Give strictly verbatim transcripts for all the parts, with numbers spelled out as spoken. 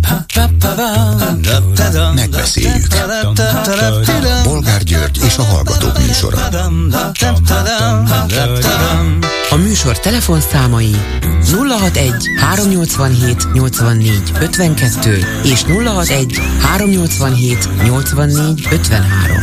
Megbeszéljük. Bolgár György és a Hallgatók műsora. A műsor telefonszámai nulla hatvanegy háromnyolcvanhét nyolcvannégy ötvenkettő és nulla hatvanegy háromnyolcvanhét nyolcvannégy ötvenhárom.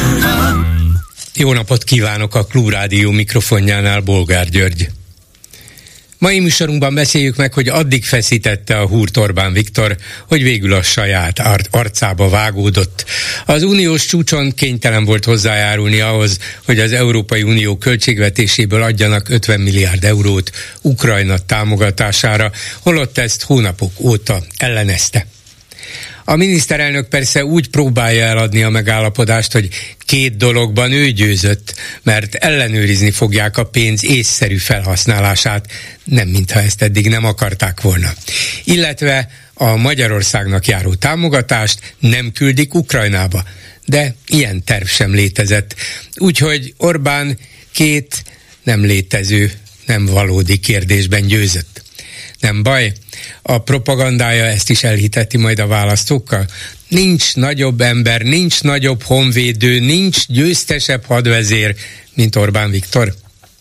Jó napot kívánok a Klubrádió mikrofonjánál, Bolgár György. Mai műsorunkban beszéljük meg, hogy addig feszítette a húrt Orbán Viktor, hogy végül a saját ar- arcába vágódott. Az uniós csúcson kénytelen volt hozzájárulni ahhoz, hogy az Európai Unió költségvetéséből adjanak ötven milliárd eurót Ukrajna támogatására, holott ezt hónapok óta ellenezte. A miniszterelnök persze úgy próbálja eladni a megállapodást, hogy két dologban ő győzött, mert ellenőrizni fogják a pénz észszerű felhasználását, nem mintha ezt eddig nem akarták volna. Illetve a Magyarországnak járó támogatást nem küldik Ukrajnába, de ilyen terv sem létezett. Úgyhogy Orbán két nem létező, nem valódi kérdésben győzött. Nem baj, a propagandája ezt is elhiteti majd a választókkal. Nincs nagyobb ember, nincs nagyobb honvédő, nincs győztesebb hadvezér, mint Orbán Viktor.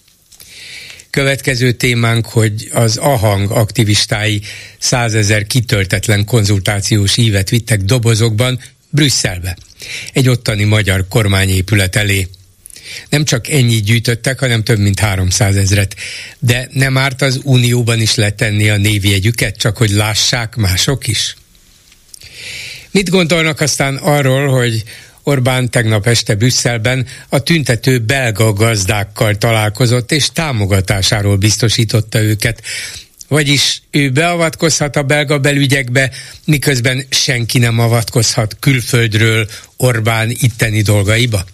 Következő témánk, hogy az AHANG aktivistái százezer kitöltetlen konzultációs ívet vittek dobozokban Brüsszelbe, egy ottani magyar kormányépület elé. Nem csak ennyit gyűjtöttek, hanem több mint háromszázezret. De nem árt az Unióban is letenni a névjegyüket, csak hogy lássák mások is? Mit gondolnak aztán arról, hogy Orbán tegnap este Brüsszelben a tüntető belga gazdákkal találkozott, és támogatásáról biztosította őket? Vagyis ő beavatkozhat a belga belügyekbe, miközben senki nem avatkozhat külföldről Orbán itteni dolgaiba?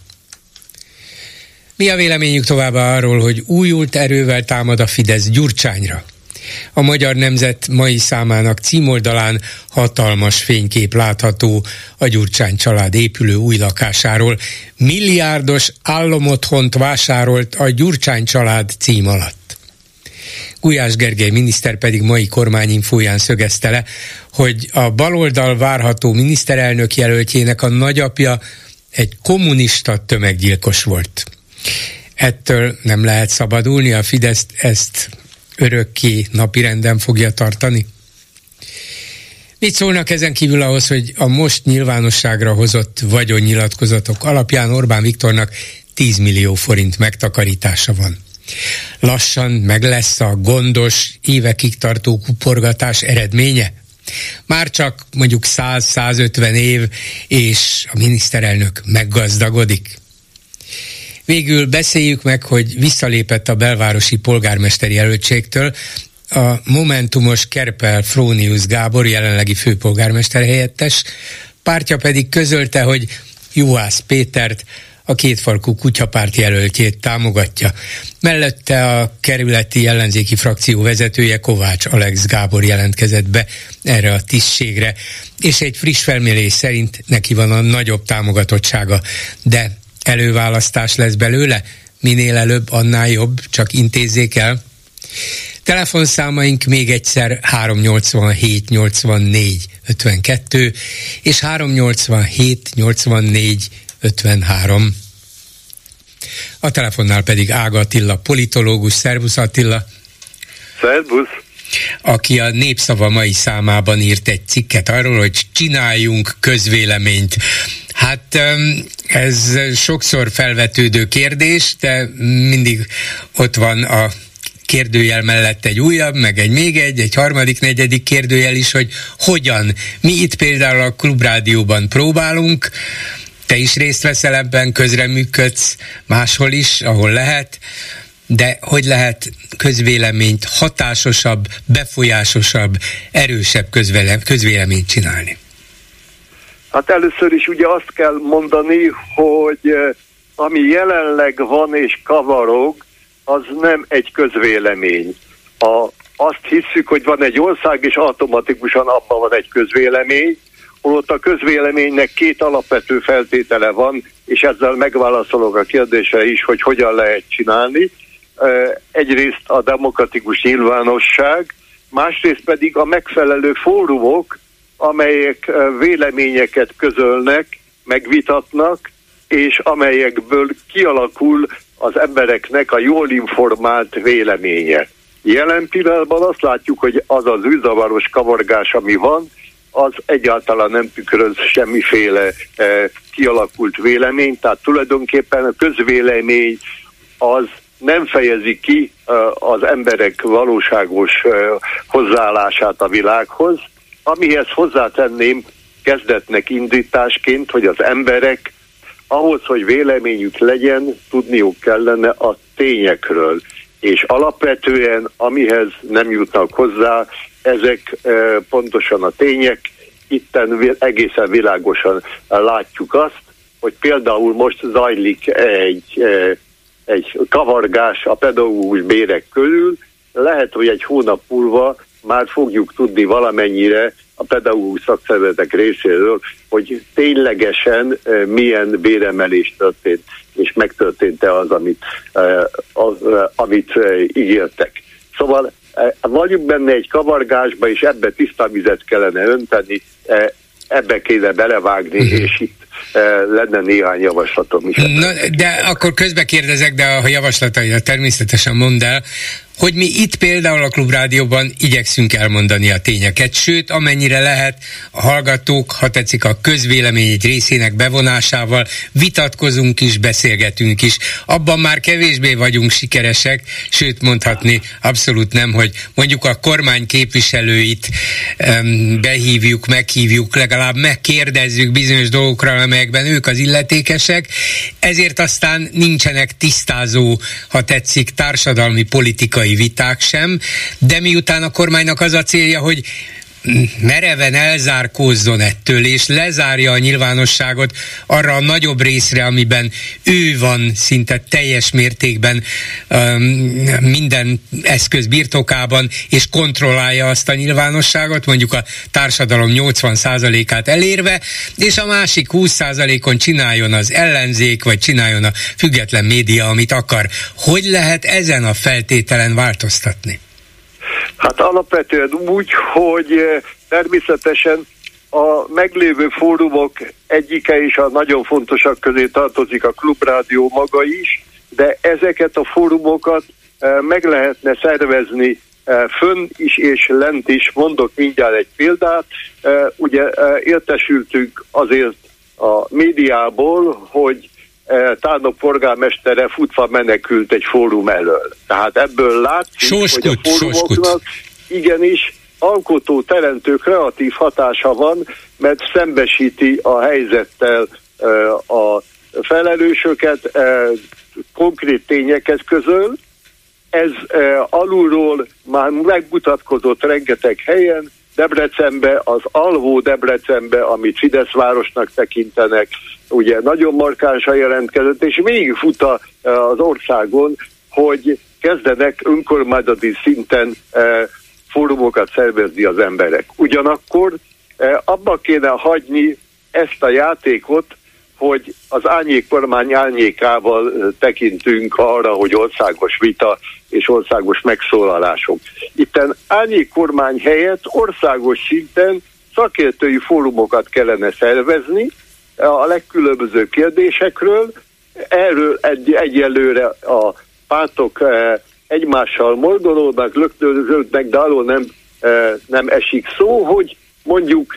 Mi a véleményük továbbá arról, hogy újult erővel támad a Fidesz Gyurcsányra? A Magyar Nemzet mai számának címoldalán hatalmas fénykép látható a Gyurcsány család épülő új lakásáról. Milliárdos álomotthont vásárolt a Gyurcsány család cím alatt. Gulyás Gergely miniszter pedig mai kormányinfóján szögezte le, hogy a baloldal várható miniszterelnök jelöltjének a nagyapja egy kommunista tömeggyilkos volt. Ettől nem lehet szabadulni, a Fidesz ezt örökké napirenden fogja tartani? Mit szólnak ezen kívül ahhoz, hogy a most nyilvánosságra hozott vagyonnyilatkozatok alapján Orbán Viktornak tíz millió forint megtakarítása van? Lassan meg lesz a gondos, évekig tartó kuporgatás eredménye? Már csak mondjuk száz-százötven év, és a miniszterelnök meggazdagodik? Végül beszéljük meg, hogy visszalépett a belvárosi polgármesteri jelöltségtől a momentumos Kerpel Frónius Gábor, jelenlegi főpolgármester helyettes, pártja pedig közölte, hogy Juhász Pétert, a kétfarkú kutyapárt jelöltjét támogatja. Mellette a kerületi ellenzéki frakció vezetője, Kovács Alex Gábor jelentkezett be erre a tisztségre, és egy friss felmérés szerint neki van a nagyobb támogatottsága, de előválasztás lesz belőle? Minél előbb, annál jobb, csak intézzék el. Telefonszámaink még egyszer háromnyolcvanhét nyolcvannégy ötvenkettő és háromnyolcvanhét nyolcvannégy ötvenhárom. A telefonnál pedig Ága Attila, politológus. Szervusz Attila! Szervusz! Aki a Népszava mai számában írt egy cikket arról, hogy csináljunk közvéleményt. Hát ez sokszor felvetődő kérdés, de mindig ott van a kérdőjel mellett egy újabb, meg egy még egy, egy harmadik, negyedik kérdőjel is, hogy hogyan. Mi itt például a Klubrádióban próbálunk, te is részt veszel ebben, közreműködsz máshol is, ahol lehet, de hogy lehet közvéleményt hatásosabb, befolyásosabb, erősebb közvéle- közvéleményt csinálni? Hát először is ugye azt kell mondani, hogy ami jelenleg van és kavarog, az nem egy közvélemény. A, azt hiszük, hogy van egy ország, és automatikusan abban van egy közvélemény, holott a közvéleménynek két alapvető feltétele van, és ezzel megválaszolok a kérdésre is, hogy hogyan lehet csinálni. Egyrészt a demokratikus nyilvánosság, másrészt pedig a megfelelő fórumok, amelyek véleményeket közölnek, megvitatnak, és amelyekből kialakul az embereknek a jól informált véleménye. Jelen pillanatban azt látjuk, hogy az az űrzavaros kavargás, ami van, az egyáltalán nem tükröz semmiféle eh, kialakult vélemény, tehát tulajdonképpen a közvélemény az nem fejezi ki eh, az emberek valóságos eh, hozzáállását a világhoz, amihez hozzátenném kezdetnek indításként, hogy az emberek ahhoz, hogy véleményük legyen, tudniuk kellene a tényekről, és alapvetően amihez nem jutnak hozzá, ezek e, pontosan a tények. Itten egészen világosan látjuk azt, hogy például most zajlik egy, e, egy kavargás a pedagógus bérek körül, lehet, hogy egy hónap múlva már fogjuk tudni valamennyire a pedagógus szakszervezetek részéről, hogy ténylegesen e, milyen béremelés történt, és megtörtént-e az, amit, e, az, e, amit e, ígértek. Szóval e, vagyunk benne egy kavargásba, és ebbe tiszta vizet kellene önteni, e, ebbe kéne belevágni, uh-huh. és itt e, lenne néhány javaslatom is. Na, de akkor közbe kérdezek, de a javaslataira természetesen mondd el, hogy mi itt például a Klubrádióban igyekszünk elmondani a tényeket, sőt, amennyire lehet, a hallgatók, ha tetszik, a közvélemény egy részének bevonásával vitatkozunk is, beszélgetünk is. Abban már kevésbé vagyunk sikeresek, sőt, mondhatni abszolút nem, hogy mondjuk a kormány képviselőit um, behívjuk, meghívjuk, legalább megkérdezzük bizonyos dolgokra, amelyekben ők az illetékesek, ezért aztán nincsenek tisztázó, ha tetszik, társadalmi, politikai viták sem, de miután a kormánynak az a célja, hogy mereven elzárkózzon ettől, és lezárja a nyilvánosságot arra a nagyobb részre, amiben ő van szinte teljes mértékben um, minden eszköz birtokában, és kontrollálja azt a nyilvánosságot, mondjuk a társadalom nyolcvan százalékát elérve, és a másik húsz százalékon csináljon az ellenzék, vagy csináljon a független média, amit akar. Hogy lehet ezen a feltételen változtatni? Hát alapvetően úgy, hogy természetesen a meglévő fórumok egyike is a nagyon fontosak közé tartozik a Klubrádió maga is, de ezeket a fórumokat meg lehetne szervezni fönn is és lent is. Mondok mindjárt egy példát. Ugye értesültünk azért a médiából, hogy Tárnok polgármestere futva menekült egy fórum elől. Tehát ebből látszik, Soskut, hogy a fórumoknak igenis alkotó, teremtő, kreatív hatása van, mert szembesíti a helyzettel a felelősöket, konkrét tényeket közöl. Ez alulról már megmutatkozott rengeteg helyen, Debrecenbe, az Alvó Debrecenbe, amit Fideszvárosnak tekintenek, ugye nagyon markánsan jelentkezett, és végigfut az országon, hogy kezdenek önkormányzati szinten e, fórumokat szervezni az emberek. Ugyanakkor e, abba kéne hagyni ezt a játékot, hogy az árnyék kormány árnyékával tekintünk arra, hogy országos vita és országos megszólalások. Itten árnyék kormány helyett országos szinten szakértői fórumokat kellene szervezni a legkülönbözőbb kérdésekről. Erről egy, egyelőre a pártok egymással mordolódnak, lökdöződnek, de arról nem, nem esik szó, hogy mondjuk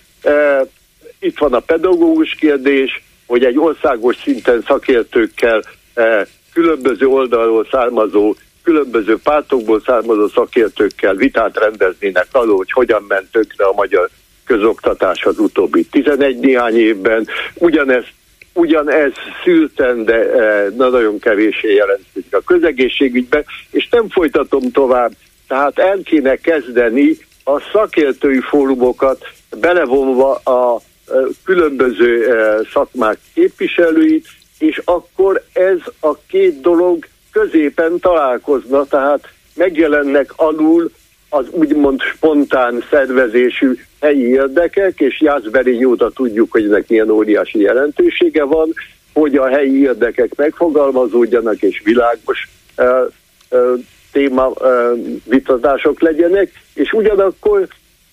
itt van a pedagógus kérdés, hogy egy országos szinten szakértőkkel, különböző oldalról származó, különböző pártokból származó szakértőkkel vitát rendeznének arról, hogy hogyan ment tönkre a magyar közoktatás az utóbbi tizenegy néhány évben. Ugyanez, ugyanez szülten, de na, nagyon kevéssé jelentkezik a közegészségügyben, és nem folytatom tovább. Tehát el kéne kezdeni a szakértői fórumokat belevonva a különböző szakmák képviselőit, és akkor ez a két dolog középen találkozna, tehát megjelennek alul az úgymond spontán szervezésű helyi érdekek, és Jászberény óta tudjuk, hogy ennek milyen óriási jelentősége van, hogy a helyi érdekek megfogalmazódjanak, és világos uh, uh, téma uh, vitatások legyenek, és ugyanakkor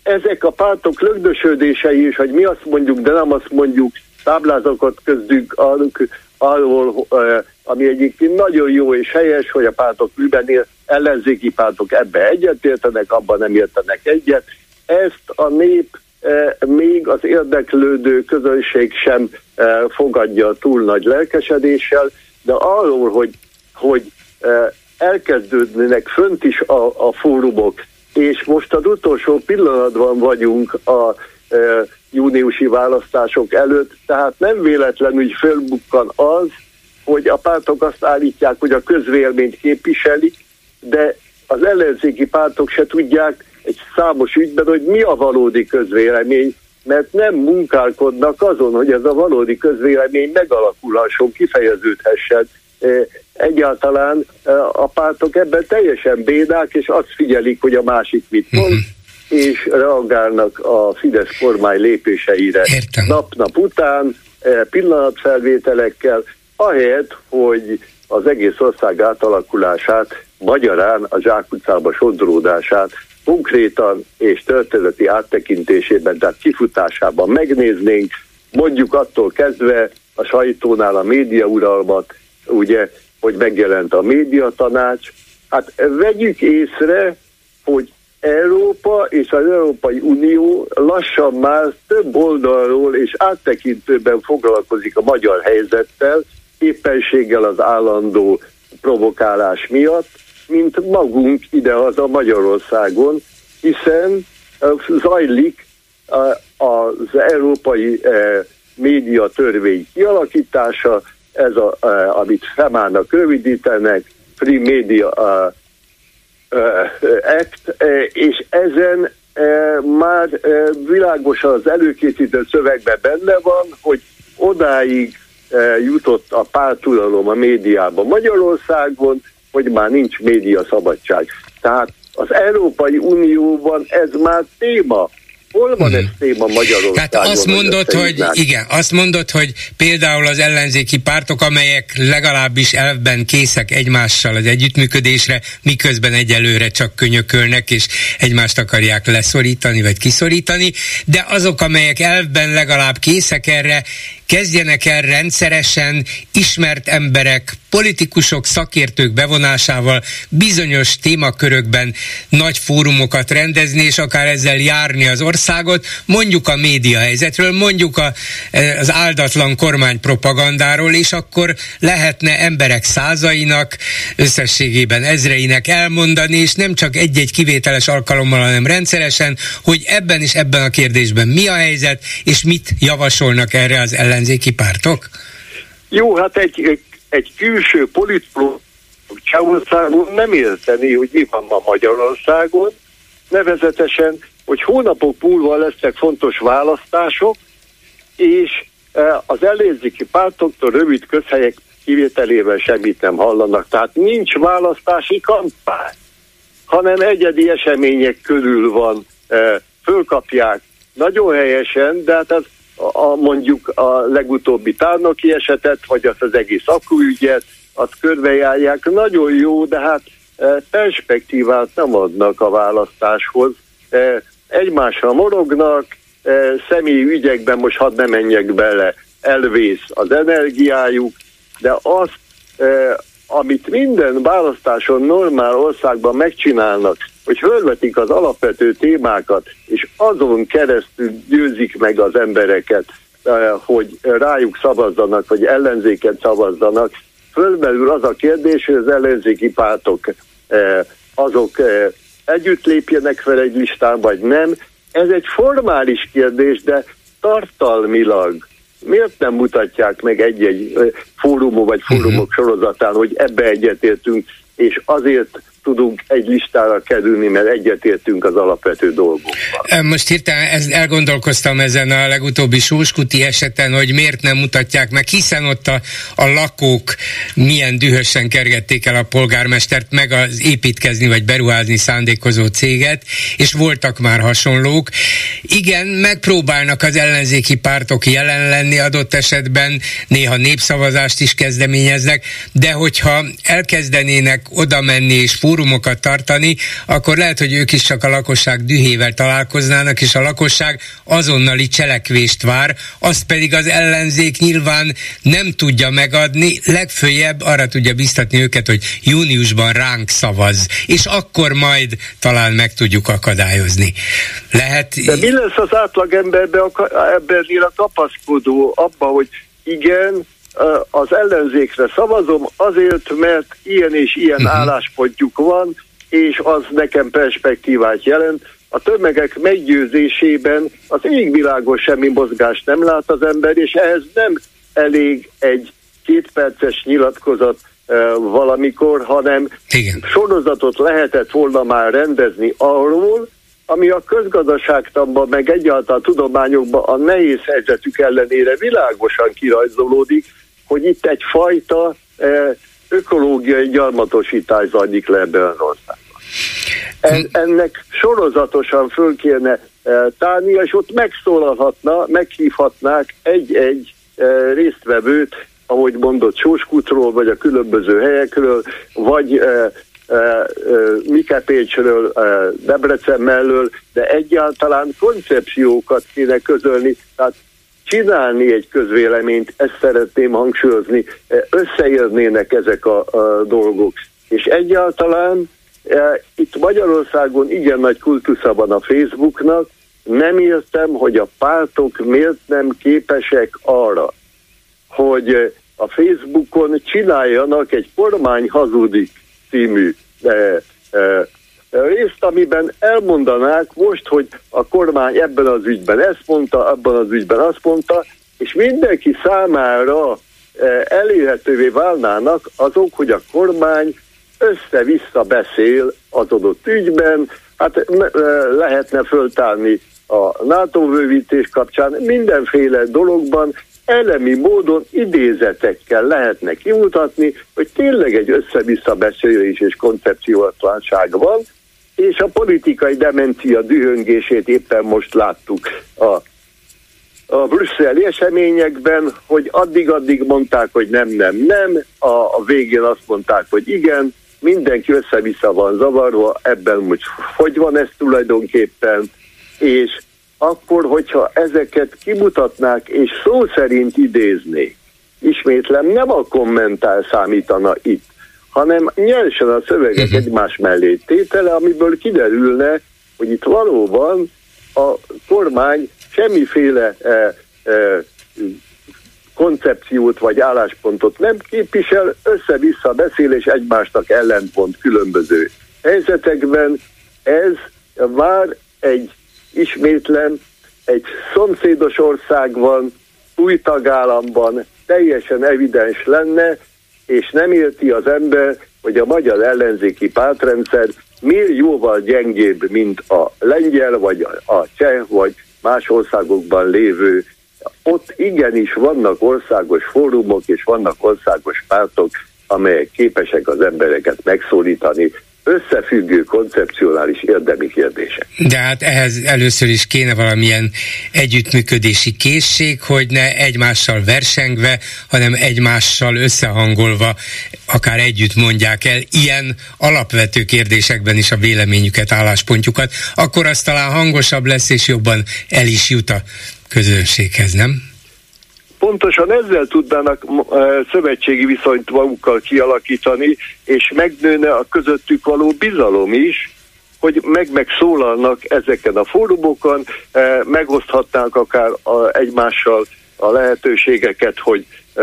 ezek a pártok lögdösödései is, hogy mi azt mondjuk, de nem azt mondjuk, táblázatokat közdünk arról, ami egyébként nagyon jó és helyes, hogy a pártok műben ellenzéki pártok ebbe egyetértenek, abban nem értenek egyet. Ezt a nép, még az érdeklődő közönség sem fogadja túl nagy lelkesedéssel, de arról, hogy, hogy elkezdődnek fönt is a, a fórumok, és most az utolsó pillanatban vagyunk a e, júniusi választások előtt, tehát nem véletlenül fölbukkan az, hogy a pártok azt állítják, hogy a közvéleményt képviselik, de az ellenzéki pártok se tudják egy számos ügyben, hogy mi a valódi közvélemény, mert nem munkálkodnak azon, hogy ez a valódi közvélemény megalakulhasson, kifejeződhessen. Egyáltalán a pártok ebben teljesen bénák, és azt figyelik, hogy a másik mit mond, uh-huh. és reagálnak a Fidesz kormány lépéseire Értem. nap-nap után, pillanatfelvételekkel, ahelyett, hogy az egész ország átalakulását, magyarán a zsákutcába sodródását konkrétan és történeti áttekintésében, tehát kifutásában megnéznénk, mondjuk attól kezdve a sajtónál a médiauralmat, ugye, hogy megjelent a médiatanács. Hát vegyük észre, hogy Európa és az Európai Unió lassan már több oldalról és áttekintőben foglalkozik a magyar helyzettel, éppenséggel az állandó provokálás miatt, mint magunk idehaza Magyarországon, hiszen zajlik az európai média törvény kialakítása, ez a, amit FEMA-nak rövidítenek, Free Media Act, és ezen már világosan az előkészített szövegben benne van, hogy odáig jutott a párturalom a médiában Magyarországon, hogy már nincs média szabadság. Tehát az Európai Unióban ez már téma. Hol van ez téma Magyarországon? Tehát azt mondod, hogy igen, azt mondod, hogy például az ellenzéki pártok, amelyek legalábbis elvben készek egymással az együttműködésre, miközben egyelőre csak könyökölnek, és egymást akarják leszorítani, vagy kiszorítani, de azok, amelyek elvben legalább készek erre, kezdjenek el rendszeresen ismert emberek, politikusok, szakértők bevonásával bizonyos témakörökben nagy fórumokat rendezni, és akár ezzel járni az országot, mondjuk a média helyzetről, mondjuk a, az áldatlan kormánypropagandáról, és akkor lehetne emberek százainak, összességében ezreinek elmondani, és nem csak egy-egy kivételes alkalommal, hanem rendszeresen, hogy ebben és ebben a kérdésben mi a helyzet, és mit javasolnak erre az ellenzéki pártok? Jó, hát egy, egy külső politológus Csehországon nem érteni, hogy mi van ma Magyarországon, nevezetesen, hogy hónapok múlva lesznek fontos választások, és az ellenzéki pártoktól rövid közhelyek kivételével semmit nem hallanak. Tehát nincs választási kampány, hanem egyedi események körül van, fölkapják nagyon helyesen, de hát az a, mondjuk a legutóbbi tárnoki esetet, vagy az az egész akkuügyet, azt körbejárják. Nagyon jó, de hát perspektívát nem adnak a választáshoz. Egymással morognak, személyi ügyekben most hadd ne menjek bele, elvész az energiájuk, de azt, amit minden választáson normál országban megcsinálnak, hogy fölvetik az alapvető témákat, és azon keresztül győzik meg az embereket, hogy rájuk szavazzanak, vagy ellenzéket szavazzanak, fölmerül az a kérdés, hogy az ellenzéki pártok azok együtt lépjenek fel egy listán, vagy nem. Ez egy formális kérdés, de tartalmilag miért nem mutatják meg egy-egy fórumon vagy fórumok sorozatán, hogy ebbe egyetértünk, és azért tudunk egy listára kerülni, mert egyetértünk az alapvető dolgokban. Most hirtelen elgondolkoztam ezen a legutóbbi Sóskuti eseten, hogy miért nem mutatják meg, hiszen ott a, a lakók milyen dühösen kergették el a polgármestert, meg az építkezni vagy beruházni szándékozó céget, és voltak már hasonlók. Igen, megpróbálnak az ellenzéki pártok jelen lenni adott esetben, néha népszavazást is kezdeményeznek, de hogyha elkezdenének oda menni és fórum fórumokat tartani, akkor lehet, hogy ők is csak a lakosság dühével találkoznának, és a lakosság azonnali cselekvést vár, azt pedig az ellenzék nyilván nem tudja megadni, legfőjebb arra tudja biztatni őket, hogy júniusban ránk szavaz, és akkor majd talán meg tudjuk akadályozni. Lehet... De mi lesz az átlagemberben embernél a kapaszkodó abba, hogy igen, az ellenzékre szavazom azért, mert ilyen és ilyen uh-huh. álláspontjuk van, és az nekem perspektívát jelent. A tömegek meggyőzésében az égvilágon semmi mozgást nem lát az ember, és ehhez nem elég egy kétperces nyilatkozat uh, valamikor, hanem igen. sorozatot lehetett volna már rendezni arról, ami a közgazdaságtanban, meg egyáltalán tudományokban a nehéz helyzetük ellenére világosan kirajzolódik, hogy itt egyfajta eh, ökológiai gyarmatosítás zajlik le ebben az országban. En, ennek sorozatosan föl kéne eh, tárnia, és ott megszólalhatna, meghívhatnák egy-egy eh, résztvevőt, ahogy mondott, Sóskútról, vagy a különböző helyekről, vagy eh, Mikepécsről, Debrecen mellől, de egyáltalán koncepciókat kéne közölni, tehát csinálni egy közvéleményt, ezt szeretném hangsúlyozni, összeérnének ezek a, a dolgok. És egyáltalán e, itt Magyarországon igen nagy kultusza van a Facebooknak, nem értem, hogy a pártok miért nem képesek arra, hogy a Facebookon csináljanak egy kormány hazudik című e, e, részt, amiben elmondanák most, hogy a kormány ebben az ügyben ezt mondta, abban az ügyben azt mondta, és mindenki számára e, elérhetővé válnának azok, hogy a kormány össze-vissza beszél az adott ügyben, hát e, lehetne föltárni a NATO bővítés kapcsán, mindenféle dologban elemi módon idézetekkel lehetne kimutatni, hogy tényleg egy össze-vissza beszélés és koncepciótlanság van, és a politikai demencia dühöngését éppen most láttuk a, a brüsszeli eseményekben, hogy addig-addig mondták, hogy nem, nem, nem, a, a végén azt mondták, hogy igen, mindenki össze-vissza van zavarva, ebben most hogy van ez tulajdonképpen, és akkor, hogyha ezeket kimutatnák, és szó szerint idéznék, ismétlem, nem a kommentár számítana itt, hanem nyersen a szövegek uh-huh. egymás mellé tétele, amiből kiderülne, hogy itt valóban a kormány semmiféle e, e, koncepciót vagy álláspontot nem képvisel, össze-vissza beszél és egymásnak ellentmond különböző helyzetekben. Ez már egy ismétlen egy szomszédos országban, új tagállamban teljesen evidens lenne, és nem érti az ember, hogy a magyar ellenzéki pártrendszer miért jóval gyengébb, mint a lengyel, vagy a cseh, vagy más országokban lévő. Ott igenis vannak országos fórumok, és vannak országos pártok, amelyek képesek az embereket megszólítani, összefüggő, koncepcionális érdemi kérdések. De hát ehhez először is kéne valamilyen együttműködési készség, hogy ne egymással versengve, hanem egymással összehangolva akár együtt mondják el ilyen alapvető kérdésekben is a véleményüket, álláspontjukat, akkor az talán hangosabb lesz, és jobban el is jut a közönséghez, nem? Pontosan ezzel tudnának szövetségi viszonyt magukkal kialakítani, és megnőne a közöttük való bizalom is, hogy meg-meg szólalnak ezeken a fórumokon, megoszthatnánk akár egymással a lehetőségeket, hogy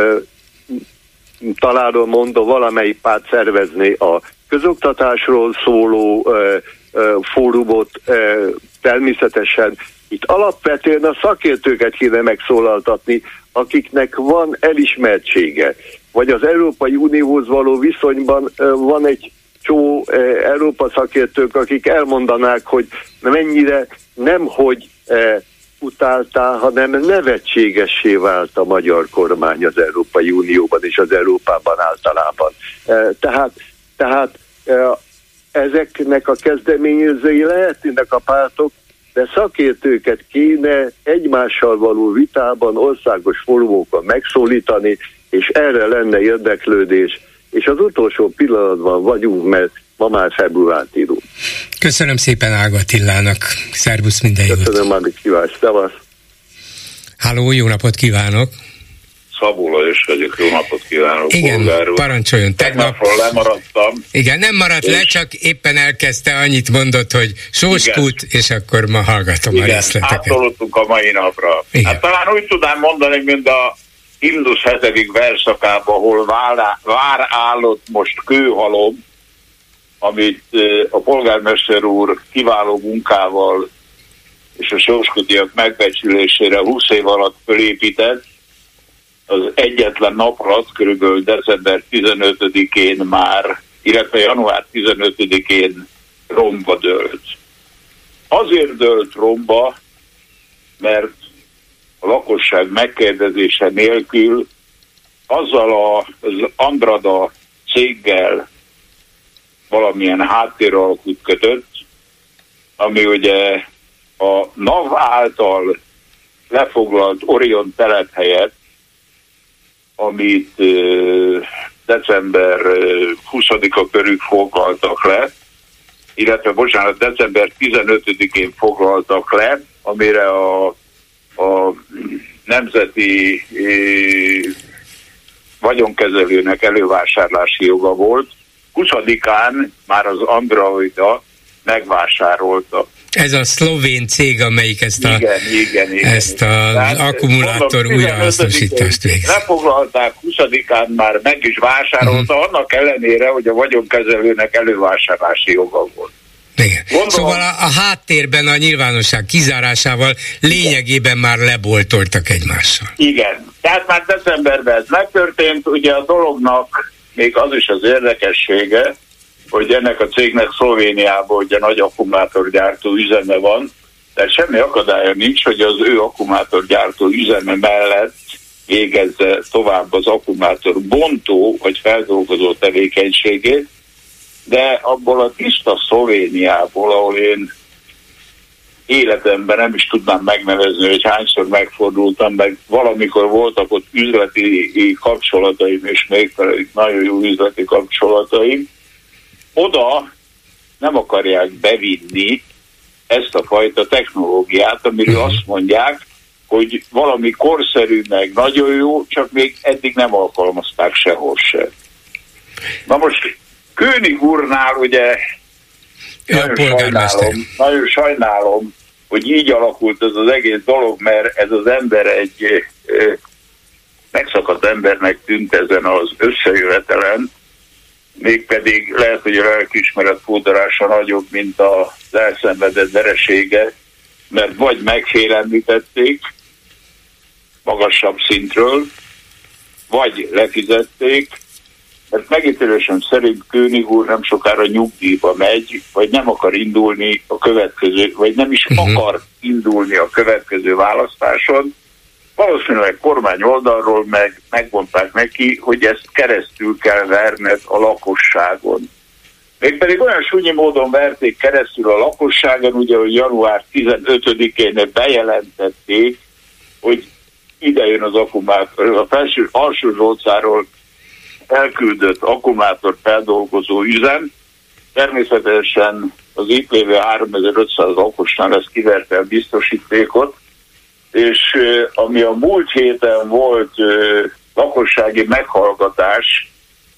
talán mondom, valamelyik párt szervezné a közoktatásról szóló fórumot, természetesen itt alapvetően a szakértőket kéne megszólaltatni, akiknek van elismertsége, vagy az Európai Unióhoz való viszonyban van egy csó Európa szakértők, akik elmondanák, hogy mennyire nemhogy utáltál, hanem nevetségessé vált a magyar kormány az Európai Unióban és az Európában általában. Tehát, tehát ezeknek a kezdeményezői lehetnének a pártok, de szakértőket kéne egymással való vitában, országos fórumokon megszólítani, és erre lenne érdeklődés. És az utolsó pillanatban vagyunk, mert ma már februárt írunk. Köszönöm szépen Ág Attilának. Szervusz, minden jót. Köszönöm, Mármik kívánsz. Szevasz. Háló, jó napot kívánok. Szabó Lajos vagyok, jó napot kívánok. Igen, polgár úr. Parancsoljon. Tegnapról lemaradtam. Igen, nem maradt és... le, csak éppen elkezdte, annyit mondott, hogy Sóskút, és akkor ma hallgatom igen, a részleteket. átolottunk a mai napra. Igen. Hát talán úgy tudnám mondani, mint a Indus hetedik verszakában, ahol vár, vár állott most kőhalom, amit a polgármester úr kiváló munkával és a sóskutiak megbecsülésére húsz év alatt fölépített, az egyetlen nap alatt, körülbelül december tizenötödikén már, illetve január tizenötödikén romba dőlt. Azért dőlt romba, mert a lakosság megkérdezése nélkül azzal az Andrada céggel valamilyen háttéralkut kötött, ami ugye a NAV által lefoglalt Orion telephelyet, amit uh, december huszadika körül foglaltak le, illetve bocsánat, december tizenötödikén foglaltak le, amire a, a nemzeti uh, vagyonkezelőnek elővásárlási joga volt. huszadikán már az Andrada megvásárolta. Ez a szlovén cég, amelyik ezt a, igen, igen, igen, ezt az akkumulátor újrahasznosítást végzi. Lefoglalták, huszadikán már meg is vásárolta, uh-huh. annak ellenére, hogy a vagyonkezelőnek elővásárlási joga volt. Igen. Gondolom, szóval a, a háttérben a nyilvánosság kizárásával lényegében már leboltoltak egymással. Igen, tehát már decemberben ez megtörtént, ugye a dolognak még az is az érdekessége, hogy ennek a cégnek Szlovéniában ugye nagy akkumulátorgyártó üzeme van, de semmi akadálya nincs, hogy az ő akkumulátorgyártó üzeme mellett végezze tovább az akkumulátor bontó vagy feldolgozó tevékenységét, de abból a tiszta Szlovéniából, ahol én életemben nem is tudnám megnevezni, hogy hányszor megfordultam, meg valamikor voltak ott üzleti kapcsolataim, és még nagyon jó üzleti kapcsolataim, oda nem akarják bevinni ezt a fajta technológiát, amiről azt mondják, hogy valami korszerű, meg nagyon jó, csak még eddig nem alkalmazták sehol sem. Na most König úrnál ugye nagyon sajnálom, nagyon sajnálom, hogy így alakult ez az egész dolog, mert ez az ember egy eh, megszakadt embernek tűnt ezen az összejövetelen, mégpedig lehet, hogy a lelkiismeret fódorása nagyobb, mint az elszenvedett veresége, mert vagy megfélemlítették magasabb szintről, vagy lefizették, mert megítélésem szerint König úr nem sokára nyugdíjba megy, vagy nem akar indulni a következő, vagy nem is uh-huh. akar indulni a következő választáson. Valószínűleg kormány oldalról meg megmondták neki, hogy ezt keresztül kell verned a lakosságon. Mégpedig olyan súnyi módon verték keresztül a lakosságon, ugye, hogy január tizenötödikén bejelentették, hogy ide jön az akkumulátor, a felső alsó Zsolcáról elküldött akkumulátor feldolgozó üzem. Természetesen az itt lévő háromezer-ötszáz lakosnál ezt kiverte a biztosítékot, és ami a múlt héten volt lakossági meghallgatás,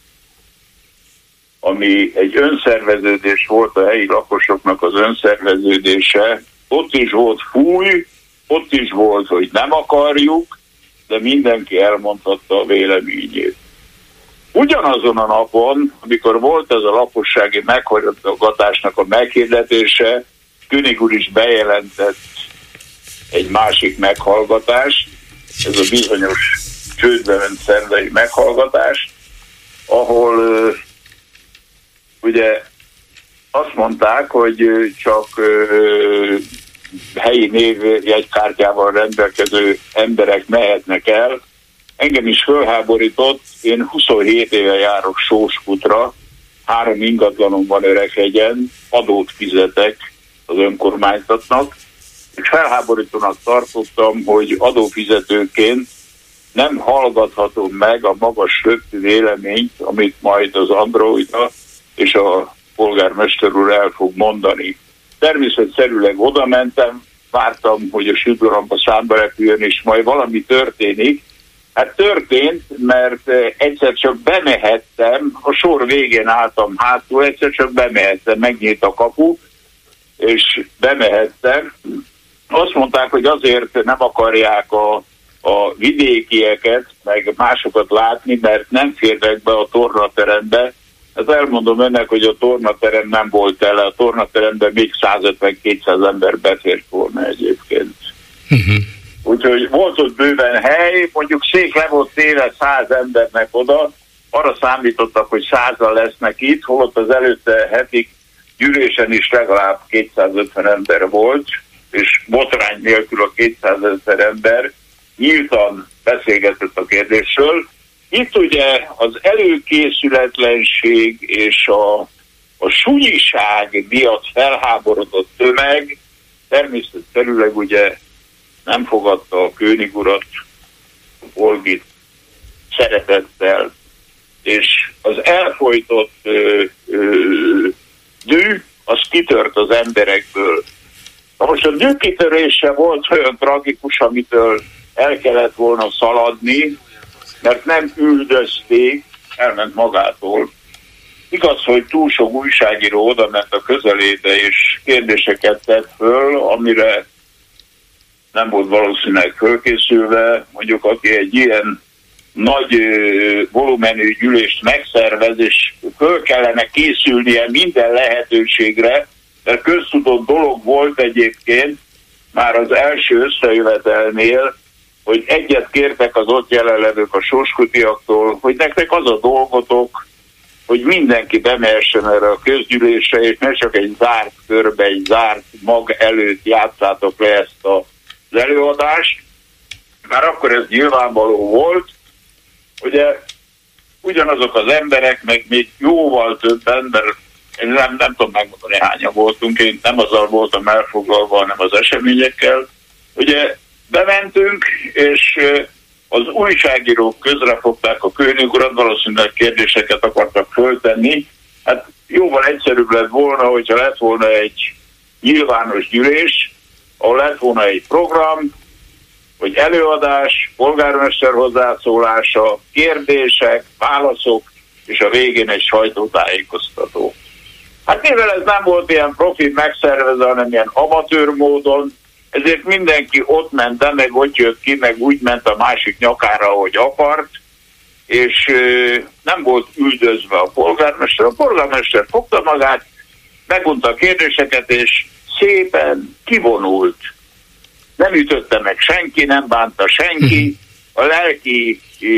ami egy önszerveződés volt, a helyi lakosoknak az önszerveződése, ott is volt fúj, ott is volt, hogy nem akarjuk, de mindenki elmondhatta a véleményét. Ugyanazon a napon, amikor volt ez a lakossági meghallgatásnak a meghirdetése, König úr is bejelentett egy másik meghallgatás, ez a bizonyos csődbe ment szerdai meghallgatás, ahol uh, ugye azt mondták, hogy csak uh, helyi névjegykártyával rendelkező emberek mehetnek el. Engem is fölháborított, én huszonhét éve járok Sóskutra, három ingatlanom van Öreghegyen, adót fizetek az önkormányzatnak, és felháborítónak tartottam, hogy adófizetőként nem hallgathatom meg a magas röptű véleményt, amit majd az Androida és a polgármester úr el fog mondani. Természetszerűleg oda mentem, vártam, hogy a sütőrampa számba repüljön, és majd valami történik. Hát történt, mert egyszer csak bemehettem, a sor végén álltam hátul, egyszer csak bemehettem, megnyílt a kapu, és bemehettem. Azt mondták, hogy azért nem akarják a, a vidékieket, meg másokat látni, mert nem férnek be a tornaterembe. Hát elmondom önnek, hogy a tornaterem nem volt el, a tornateremben még százötven-kétszáz ember befért volna egyébként. Uh-huh. Úgyhogy volt ott bőven hely, mondjuk szék le volt téve száz embernek oda, arra számítottak, hogy százal lesznek itt, holott az előtte heti gyűlésen is legalább kétszázötven ember volt, és botrány nélkül a kétszázötven ember nyíltan beszélgetett a kérdésről. Itt ugye az előkészületlenség és a, a súnyiság miatt felháborodott tömeg természetszerűleg ugye nem fogadta a König urat, a Olgit szeretettel, és az elfojtott ö, ö, dű, az kitört az emberekből. Na most a dűkitörése volt olyan tragikus, amitől el kellett volna szaladni, mert nem üldözték, elment magától. Igaz, hogy túl sok újságíró oda ment a közelébe, és kérdéseket tett föl, amire nem volt valószínűleg fölkészülve. Mondjuk, aki egy ilyen nagy ö, volumenű gyűlést megszervez, és föl kellene készülnie minden lehetőségre, mert köztudott dolog volt egyébként már az első összejövetelnél, hogy egyet kértek az ott jelenlevők a sorskutiaktól, hogy nektek az a dolgotok, hogy mindenki bemehessen erre a közgyűlésre, és ne csak egy zárt körbe, egy zárt mag előtt játszátok le ezt az előadást. Már akkor ez nyilvánvaló volt, ugye ugyanazok az emberek, meg még jóval többen, mert én nem, nem tudom megmondani, hányan voltunk, én nem azzal voltam elfoglalva, hanem az eseményekkel. Ugye bementünk, és az újságírók közrefogták a König urat, valószínűleg kérdéseket akartak föltenni. Hát jóval egyszerűbb lett volna, hogyha lett volna egy nyilvános gyűlés, ahol lett volna egy program, hogy előadás, polgármester hozzászólása, kérdések, válaszok, és a végén egy sajtótájékoztató. Hát mivel ez nem volt ilyen profi megszervezve, hanem ilyen amatőr módon, ezért mindenki ott ment, de meg ott jött ki, meg úgy ment a másik nyakára, ahogy akart, és ö, nem volt üldözve a polgármester. A polgármester fogta magát, megmondta a kérdéseket, és szépen kivonult. Nem ütötte meg senki, nem bánta senki. A lelki ö,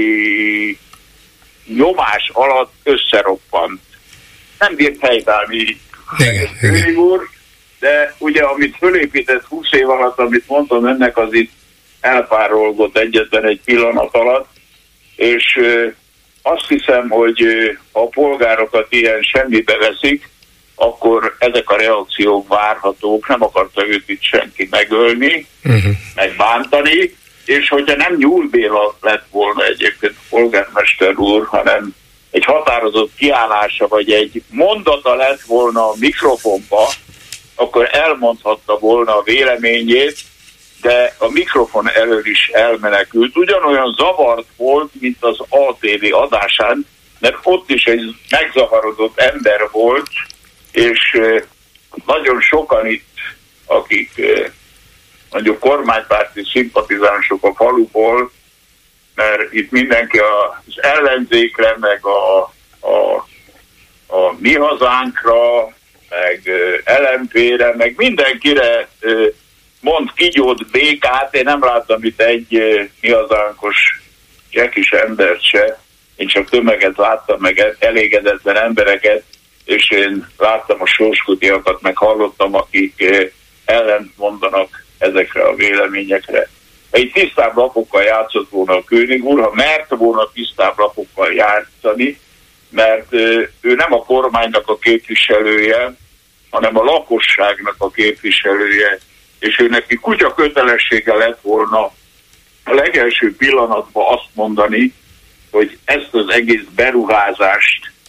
nyomás alatt összeroppant. Nem bírt helytállni König úr, de ugye amit fölépített húsz év alatt, amit mondtam önnek, az itt elpárolgott egyetlen egy pillanat alatt, és ö, azt hiszem, hogy ö, ha a polgárokat ilyen semmibe veszik, akkor ezek a reakciók várhatók, nem akarta őt itt senki megölni, uh-huh. megbántani, és hogyha nem Nyúl Béla lett volna egyébként a polgármester úr, hanem egy határozott kiállása, vagy egy mondata lett volna a mikrofonba, akkor elmondhatta volna a véleményét, de a mikrofon elől is elmenekült. Ugyanolyan zavart volt, mint az á té vé adásán, mert ott is egy megzavarodott ember volt, és nagyon sokan itt, akik mondjuk kormánypárti szimpatizánsok a faluból, mert itt mindenki az ellenzékre, meg a, a, a mi hazánkra, meg el em pére, meg mindenkire mond kigyót békát. Én nem láttam itt egy mi hazánkos kis embert se. Én csak tömeget láttam, meg elégedetlen embereket, és én láttam a sorskutiakat, meg hallottam, akik ellent mondanak ezekre a véleményekre. Egy tisztább lapokkal játszott volna a König úr, ha merte volna tisztább lapokkal játszani, mert ő nem a kormánynak a képviselője, hanem a lakosságnak a képviselője, és ő neki kutya kötelessége lett volna a legelső pillanatban azt mondani, hogy ezt az egész beruházást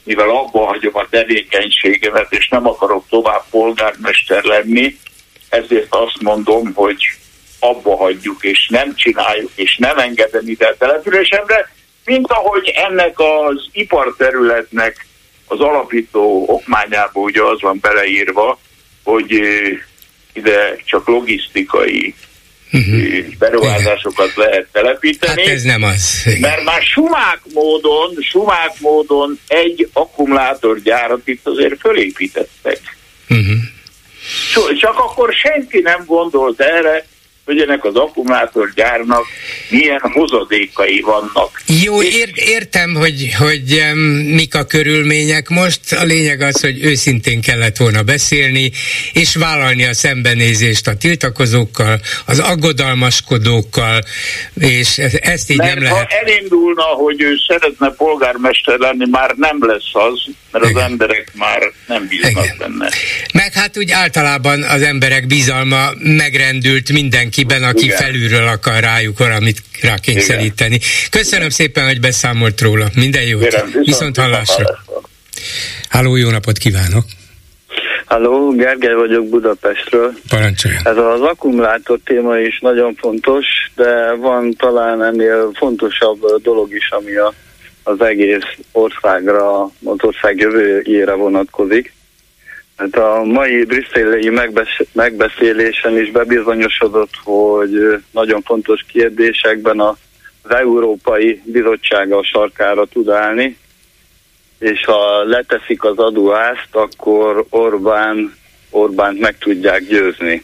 mivel abba hagyom a tevékenységemet, és nem akarok tovább polgármester lenni, ezért azt mondom, hogy abba hagyjuk, és nem csináljuk, és nem engedem ide a településemre, mint ahogy ennek az iparterületnek az alapító okmányába ugye az van beleírva, hogy ide csak logisztikai uh-huh. beruházásokat lehet telepíteni. Hát ez nem az. Igen. Mert már sumák módon, sumák módon egy akkumulátorgyárat itt azért fölépítettek. Uh-huh. Csak akkor senki nem gondolt erre, hogy ennek az akkumulátorgyárnak milyen hozadékai vannak. Jó, ér, értem, hogy, hogy um, mik a körülmények most. A lényeg az, hogy őszintén kellett volna beszélni, és vállalni a szembenézést a tiltakozókkal, az aggodalmaskodókkal, és ezt így mert nem lehet. Ha elindulna, hogy ő szeretne polgármester lenni, már nem lesz az, mert Igen. az emberek már nem bíznak Igen. benne. Meg hát úgy általában az emberek bizalma megrendült mindenkiben, aki Igen. felülről akar rájuk valamit rákényszeríteni. Köszönöm szépen, hogy beszámolt róla. Minden jót. Kérem, viszont, viszont hallásra. Halló, jó napot kívánok! Halló, Gergely vagyok Budapestről. Parancsoljon. Ez az akkumulátor téma is nagyon fontos, de van talán ennél fontosabb dolog is, ami a, az egész országra, az ország jövőjére vonatkozik. Hát a mai brüsszeli megbesz- megbeszélésen is bebizonyosodott, hogy nagyon fontos kérdésekben az Európai Bizottság a sarkára tud állni, és ha leteszik az adóászt, akkor Orbán, Orbánt meg tudják győzni.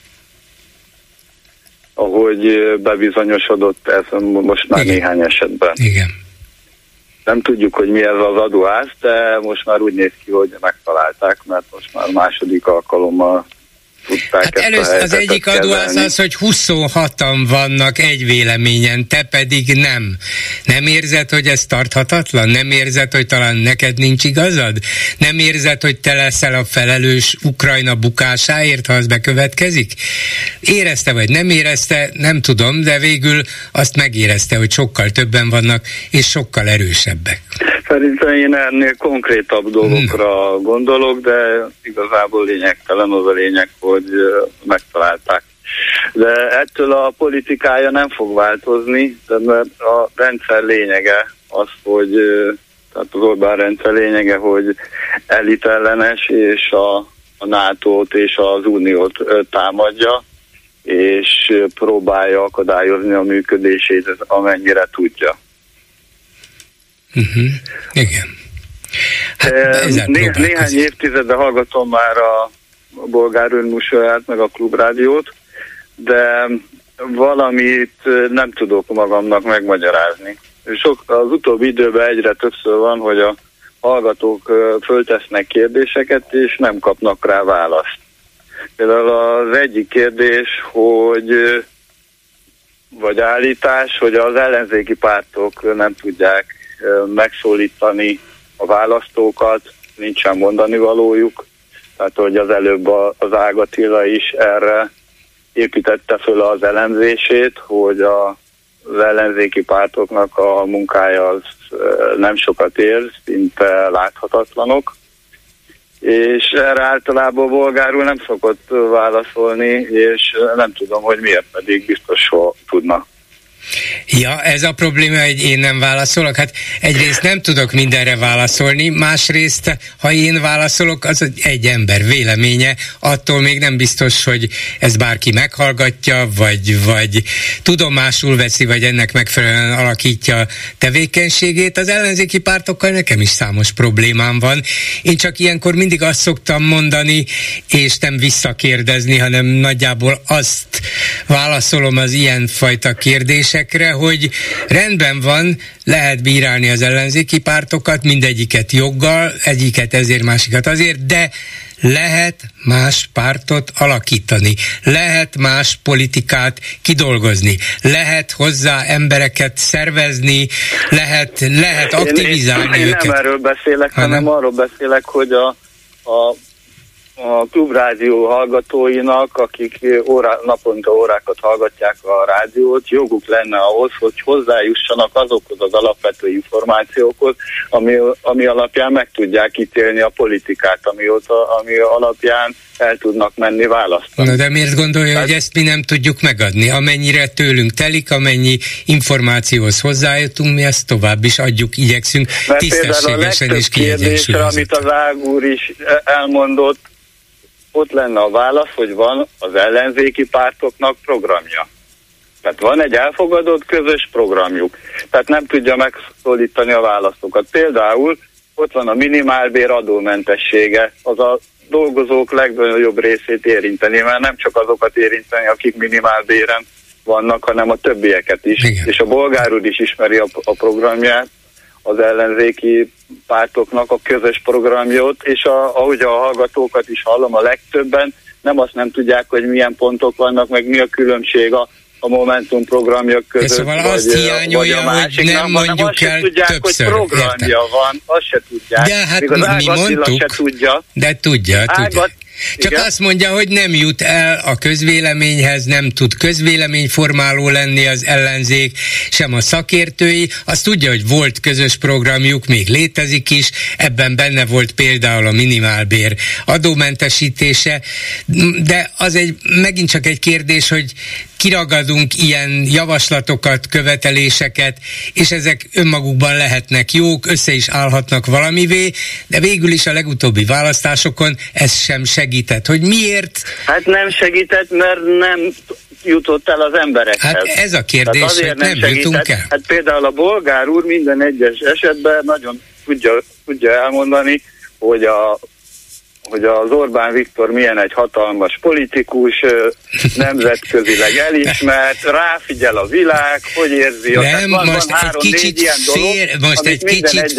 Ahogy bebizonyosodott ez most már Igen. néhány esetben. Igen. Nem tudjuk, hogy mi ez az adóász, de most már úgy néz ki, hogy megtalálták, mert most már második alkalommal tudták hát ezt először az egyik adóász az, hogy huszonhatan vannak egy véleményen, te pedig nem. Nem érzed, hogy ez tarthatatlan? Nem érzed, hogy talán neked nincs igazad? Nem érzed, hogy te leszel a felelős Ukrajna bukásáért, ha az bekövetkezik? Érezte vagy nem érezte, nem tudom, de végül azt megérezte, hogy sokkal többen vannak, és sokkal erősebbek. Szerintem én ennél konkrétabb dolgokra hmm. gondolok, de igazából lényegtelen az a lényeg, hogy megtalálták. De ettől a politikája nem fog változni, de mert a rendszer lényege az, hogy tehát az Orbán rendszer lényege, hogy elitellenes, és a, a nátót és az Uniót támadja, és próbálja akadályozni a működését, amennyire tudja. Uh-huh. Igen. Hát, Né- néhány évtizedben hallgatom már a Bolgár Ön műsorát, meg a Klubrádiót, de valamit nem tudok magamnak megmagyarázni. Sok, az utóbbi időben egyre többször van, hogy a hallgatók föltesznek kérdéseket, és nem kapnak rá választ. Például az egyik kérdés, hogy vagy állítás, hogy az ellenzéki pártok nem tudják megszólítani a választókat, nincsen mondani valójuk. Tehát, hogy az előbb az Ág Attila is erre építette föl az elemzését, hogy a, az ellenzéki pártoknak a munkája az nem sokat ér, szinte láthatatlanok. És erre általában bolgárul nem szokott válaszolni, és nem tudom, hogy miért, pedig biztos tudna. Ja, ez a probléma, hogy én nem válaszolok. Hát egyrészt nem tudok mindenre válaszolni, másrészt, ha én válaszolok, az egy ember véleménye, attól még nem biztos, hogy ez bárki meghallgatja, vagy, vagy tudomásul veszi, vagy ennek megfelelően alakítja tevékenységét. Az ellenzéki pártokkal nekem is számos problémám van. Én csak ilyenkor mindig azt szoktam mondani, és nem visszakérdezni, hanem nagyjából azt válaszolom az ilyenfajta kérdésekre, hogy rendben van, lehet bírálni az ellenzéki pártokat, mindegyiket joggal, egyiket ezért, másikat azért, de lehet más pártot alakítani, lehet más politikát kidolgozni, lehet hozzá embereket szervezni, lehet, lehet aktivizálni én, én, őket. Én nem erről beszélek, hanem, hanem arról beszélek, hogy a, a a Klubrádió hallgatóinak, akik órá, naponta órákat hallgatják a rádiót, joguk lenne ahhoz, hogy hozzájussanak azokhoz az alapvető információkhoz, ami, ami alapján meg tudják ítélni a politikát, amióta, ami alapján el tudnak menni választani. Na de miért gondolja, hát, hogy ezt mi nem tudjuk megadni? Amennyire tőlünk telik, amennyi információhoz hozzájutunk, mi ezt tovább is adjuk, igyekszünk tisztességesen és kiegyensúlyozott. Amit az Ág úr is elmondott, ott lenne a válasz, hogy van az ellenzéki pártoknak programja. Tehát van egy elfogadott közös programjuk. Tehát nem tudja megszólítani a választókat. Például ott van a minimálbér adómentessége, az a dolgozók legnagyobb részét érinteni, mert nem csak azokat érinteni, akik minimálbéren vannak, hanem a többieket is. Igen. És a Bolgár úr is ismeri a, a programját, az ellenzéki pártoknak a közös programját, és a, ahogy a hallgatókat is hallom, a legtöbben nem azt nem tudják, hogy milyen pontok vannak, meg mi a különbség a, a Momentum programja között. De szóval vagy, azt hiányolja, hogy nem mondjuk azt el tudják, többször. Hogy programja Értem. Van, azt se tudják. De hát mi, mi mondtuk, se tudja. de tudja, tudja. Ágat, Csak igen? azt mondja, hogy nem jut el a közvéleményhez, nem tud közvéleményformáló lenni az ellenzék, sem a szakértői. Azt tudja, hogy volt közös programjuk, még létezik is, ebben benne volt például a minimálbér adómentesítése, de az egy, megint csak egy kérdés, hogy kiragadunk ilyen javaslatokat, követeléseket, és ezek önmagukban lehetnek jók, össze is állhatnak valamivé, de végül is a legutóbbi választásokon ez sem segített. Hogy miért? Hát nem segített, mert nem jutott el az emberekhez. Hát ez a kérdés, hogy nem, nem jutunk el. Hát például a Bolgár úr minden egyes esetben nagyon tudja, tudja elmondani, hogy a hogy az Orbán Viktor milyen egy hatalmas politikus, nemzetközileg elismert, ráfigyel a világ, hogy érzi. Nem, van, most van három, egy kicsit, fér, dolog, most egy kicsit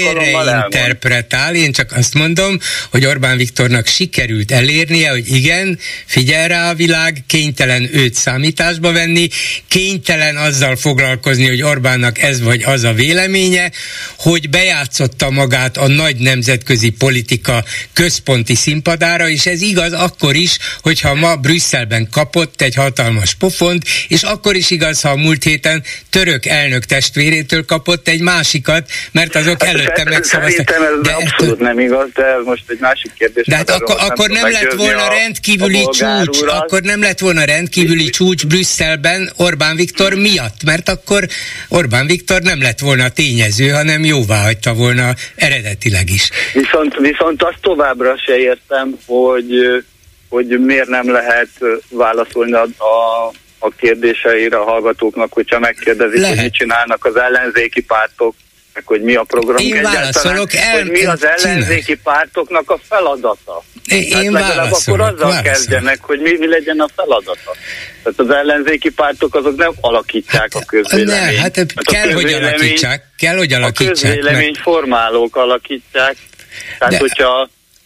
félreinterpretál, én csak azt mondom, hogy Orbán Viktornak sikerült elérnie, hogy igen, figyel rá a világ, kénytelen őt számításba venni, kénytelen azzal foglalkozni, hogy Orbánnak ez vagy az a véleménye, hogy bejátszotta magát a nagy nemzetközi politika központ színpadára, és ez igaz akkor is, hogyha ma Brüsszelben kapott egy hatalmas pofont, és akkor is igaz, ha a múlt héten török elnök testvérétől kapott egy másikat, mert azok hát előtte megszavaztak. Szerintem ez de abszolút ettől... nem igaz, de ez most egy másik kérdés. De hát akkor, akkor nem, nem lett volna rendkívüli csúcs, urat. akkor nem lett volna rendkívüli csúcs Brüsszelben Orbán Viktor miatt, mert akkor Orbán Viktor nem lett volna tényező, hanem jóvá hagyta volna eredetileg is. Viszont, viszont azt továbbra se értem, hogy, hogy miért nem lehet válaszolni a, a, a kérdéseire a hallgatóknak, hogyha megkérdezik, lehet. Hogy mit csinálnak az ellenzéki pártok, meg hogy mi a program. Én válaszolok, el, hogy mi az ellenzéki csinál. Pártoknak a feladata. Én, hát én válaszolok. Akkor azzal válaszolok. Kezdjenek, hogy mi, mi legyen a feladata. Tehát az ellenzéki pártok azok nem alakítják hát, a közvéleményt. Ne, hát, hát kell, hogy alakítsák. Kell, hogy alakítsák. A közvéleményformálók alakítják. Tehát, de... hogyha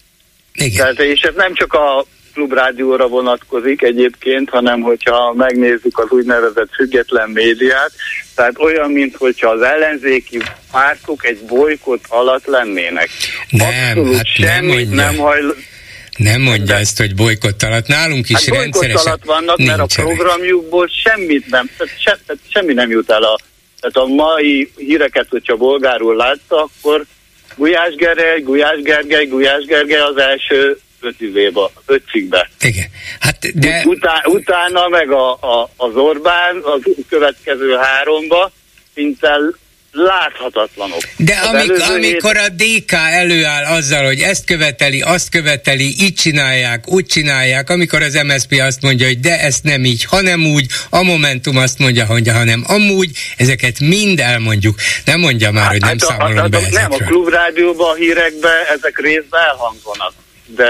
Tehát, és ez nem csak a Klubrádióra vonatkozik egyébként, hanem hogyha megnézzük az úgynevezett független médiát, tehát olyan, mintha az ellenzéki pártok egy bolykott alatt lennének. Nem, Abszolút hát semmit nem, nem hajl... Nem mondja de... ezt, hogy bolykott alatt. Nálunk is hát rendszeresen alatt vannak, nincsenek. Mert a programjukból semmit nem, se, semmi nem jut el. A, tehát a mai híreket, hogyha Bolgár úr látta, akkor Gulyás Gergely, Gulyás Gergely, Gulyás Gergely az első öt üvébe, öt cikkbe. Igen. Hát de... Utá, utána meg a, a, az Orbán a következő háromba szinte láthatatlanok. De amik, amikor a dé ká előáll azzal, hogy ezt követeli, azt követeli, így csinálják, úgy csinálják, amikor az em es zé pé azt mondja, hogy de ezt nem így, hanem úgy, a Momentum azt mondja, hogy hanem amúgy, ezeket mind elmondjuk. Nem mondja már, hát, hogy nem hát számolunk a, be ezekről. Nem, a Klubrádióban, a hírekben ezek részben elhangzanak. De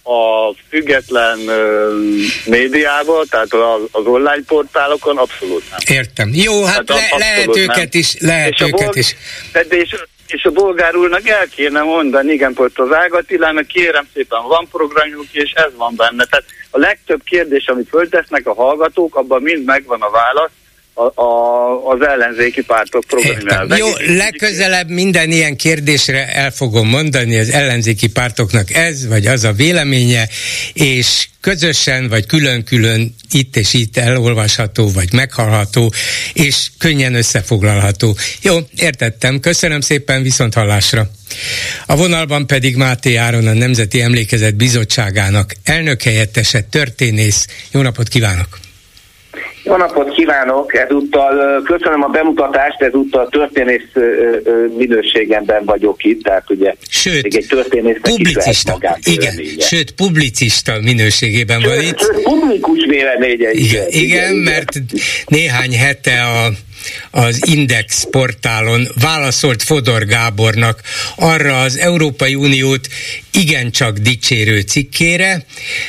a független uh, médiában, tehát az, az online portálokon abszolút nem. Értem. Jó, hát le, lehet őket nem. is, lehet és őket bolg- is. De és, és a Bolgár úrnak el kéne mondani, igen, pont az Ág Attilának, kérem szépen, van programjuk, és ez van benne. Tehát a legtöbb kérdés, amit föltesznek a hallgatók, abban mind megvan a válasz, a, a, az ellenzéki pártok programjára. Jó, legközelebb minden ilyen kérdésre el fogom mondani, az ellenzéki pártoknak ez vagy az a véleménye, és közösen vagy külön-külön itt és itt elolvasható, vagy meghallható, és könnyen összefoglalható. Jó, értettem. Köszönöm szépen, viszont hallásra. A vonalban pedig Máté Áron, a Nemzeti Emlékezet Bizottságának elnökhelyettese, történész. Jó napot kívánok! Jó napot kívánok! Ezúttal köszönöm a bemutatást, ezúttal történész minőségemben vagyok itt, tehát ugye sőt, egy történésznek publicista, igen, sőt, publicista minőségében sőt, van itt. Sőt, publikus véleménye. Igen, igen, igen, mert néhány hete a az Index portálon válaszolt Fodor Gábornak arra az Európai Uniót igencsak dicsérő cikkére,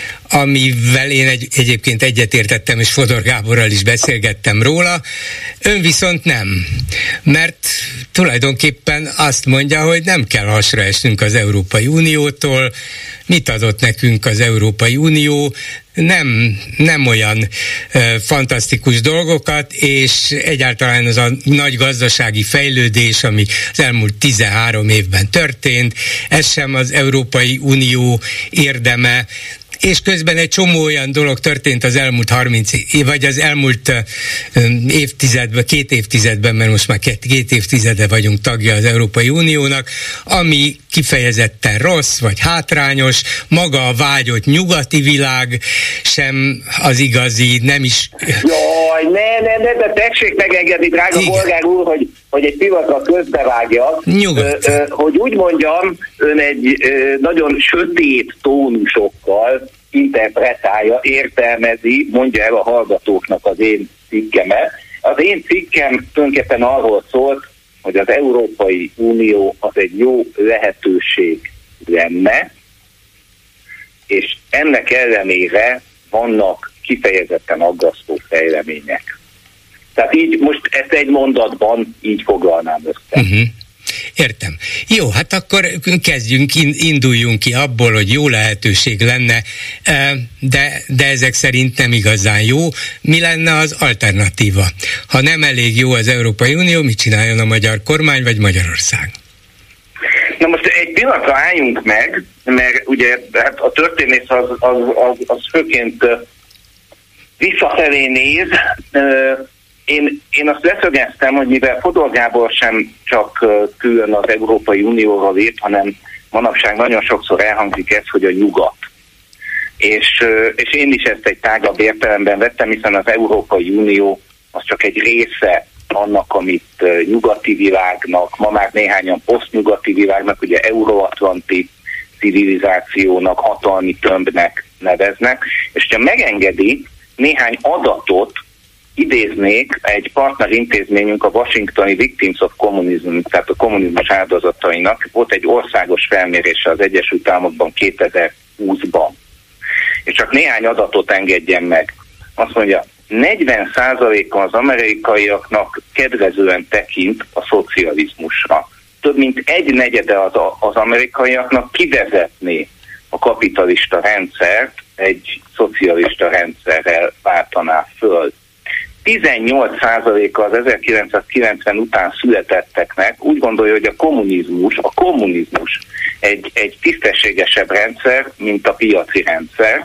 amivel én egy, egyébként egyetértettem, és Fodor Gáborral is beszélgettem róla. Ön viszont nem, mert tulajdonképpen azt mondja, hogy nem kell hasra esnünk az Európai Uniótól. Mit adott nekünk az Európai Unió? Nem, nem olyan e, fantasztikus dolgokat, és egyáltalán az a nagy gazdasági fejlődés, ami az elmúlt tizenhárom évben történt, ez sem az Európai Unió érdeme, és közben egy csomó olyan dolog történt az elmúlt harminc év, vagy az elmúlt évtizedben, két évtizedben, mert most már két, két évtizede vagyunk tagja az Európai Uniónak, ami kifejezetten rossz, vagy hátrányos, maga a vágyott nyugati világ sem az igazi, nem is... Jaj, ne, ne, ne, de tessék megengedni, drága bolgár úr, hogy, hogy egy pillanatra közbevágjak, Nyugodt. Ö, ö, hogy úgy mondjam, ön egy ö, nagyon sötét tónusokkal interpretálja, értelmezi, mondja el a hallgatóknak az én cikkemet. Az én cikkem tulajdonképpen arról szólt, hogy az Európai Unió az egy jó lehetőség lenne, és ennek ellenére vannak kifejezetten aggasztó fejlemények. Tehát így most ezt egy mondatban így foglalnám össze. Uh-huh. Értem. Jó, hát akkor kezdjünk, induljunk ki abból, hogy jó lehetőség lenne, de, de ezek szerint nem igazán jó. Mi lenne az alternatíva? Ha nem elég jó az Európai Unió, mit csináljon a magyar kormány, vagy Magyarország? Na most egy pillanatra álljunk meg, mert ugye hát a történész az, az, az, az főként visszafelé néz. Én, én azt leszögeztem, hogy mivel Fodor Gábor sem csak külön az Európai Unióról írt, hanem manapság nagyon sokszor elhangzik ez, hogy a nyugat. És, és én is ezt egy tágabb értelemben vettem, hiszen az Európai Unió az csak egy része annak, amit nyugati világnak, ma már néhányan posztnyugati világnak, ugye euróatlanti civilizációnak, hatalmi tömbnek neveznek. És ha megengedi, néhány adatot idéznék, egy partnerintézményünk, a Washingtoni Victims of Communism, tehát a kommunizmus áldozatainak volt egy országos felmérése az Egyesült Államokban kétezer-húszban. És csak néhány adatot engedjen meg. Azt mondja, negyven százaléka az amerikaiaknak kedvezően tekint a szocializmusra. Több mint egy negyede az, az amerikaiaknak kivezetné a kapitalista rendszert, egy szocialista rendszerrel váltaná föl. tizennyolc százaléka az ezerkilencszázkilencven után születetteknek úgy gondolja, hogy a kommunizmus, a kommunizmus egy, egy tisztességesebb rendszer, mint a piaci rendszer.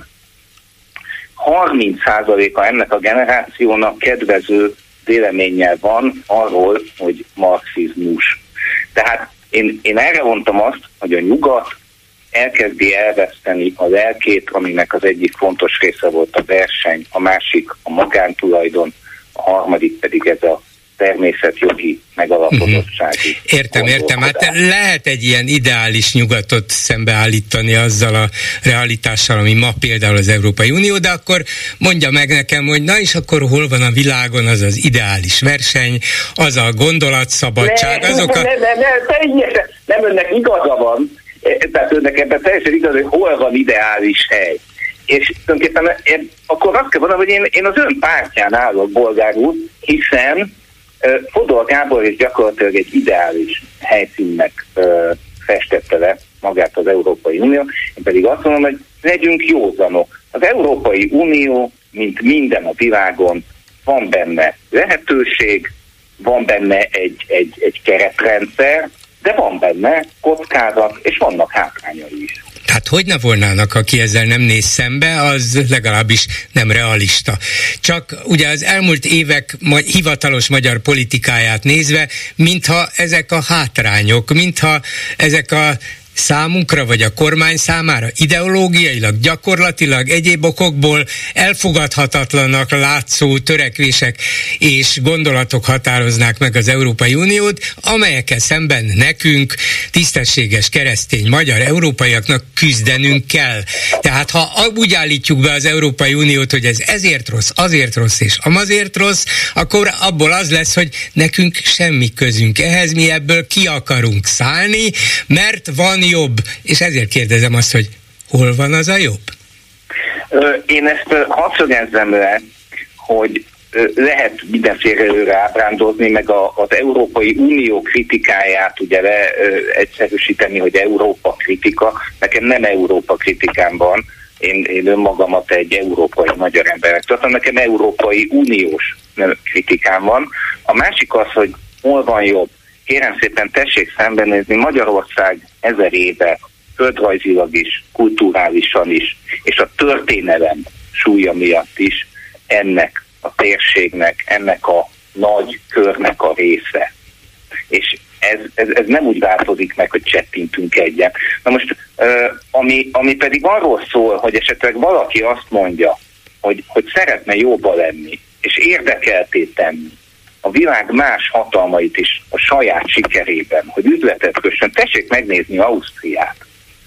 harminc százaléka ennek a generációnak kedvező véleménnyel van arról, hogy marxizmus. Tehát én, én erre mondtam azt, hogy a nyugat elkezdi elveszteni a lelkét, aminek az egyik fontos része volt a verseny, a másik a magántulajdon, a harmadik pedig ez a természetjogi megalapozottsági. Uh-huh. Értem, értem. Hát lehet egy ilyen ideális nyugatot szembeállítani azzal a realitással, ami ma például az Európai Unió, de akkor mondja meg nekem, hogy na és akkor hol van a világon az az ideális verseny, az a gondolatszabadság, ne, azok a... Ne, ne, ne, teljesen, nem önnek igaza van, tehát önnek ebben teljesen igaz, hogy hol van ideális hely. És tulajdonképpen én, akkor azt kell mondanom, hogy én, én az ön pártján állok, bolgár úr, hiszen uh, Fodor Gábor is gyakorlatilag egy ideális helyszínnek uh, festette le magát az Európai Unió. Én pedig azt mondom, hogy legyünk józanok. Az Európai Unió, mint minden a világon, van benne lehetőség, van benne egy, egy, egy keretrendszer, de van benne kockázat, és vannak hátrányai is. Hát hogy ne volnának, aki ezzel nem néz szembe, az legalábbis nem realista. Csak ugye az elmúlt évek hivatalos magyar politikáját nézve, mintha ezek a hátrányok, mintha ezek a számunkra, vagy a kormány számára ideológiailag, gyakorlatilag egyéb okokból elfogadhatatlanak látszó törekvések és gondolatok határoznák meg az Európai Uniót, amelyekkel szemben nekünk, tisztességes keresztény magyar európaiaknak küzdenünk kell. Tehát ha úgy állítjuk be az Európai Uniót, hogy ez ezért rossz, azért rossz és amazért rossz, akkor abból az lesz, hogy nekünk semmi közünk ehhez, mi ebből ki akarunk szállni, mert van jobb. És ezért kérdezem azt, hogy hol van az a jobb? Én ezt hadd szögezzem le, hogy lehet mindenféle ábrándozni, meg a, az Európai Unió kritikáját ugye le egyszerűsíteni, hogy Európa kritika. Nekem nem Európa kritikám van, én, én önmagamat egy európai magyar emberek tartom, nekem Európai Uniós kritikám van. A másik az, hogy hol van jobb. Kérem szépen, tessék szembenézni, Magyarország ezer éve földrajzilag is, kulturálisan is, és a történelem súlya miatt is ennek a térségnek, ennek a nagy körnek a része. És ez, ez, ez nem úgy változik meg, hogy csettintünk egyet. Na most, ami, ami pedig arról szól, hogy esetleg valaki azt mondja, hogy, hogy szeretne jóba lenni, és érdekelté tenni a világ más hatalmait is a saját sikerében, hogy üzletet kössön. Tessék megnézni Ausztriát.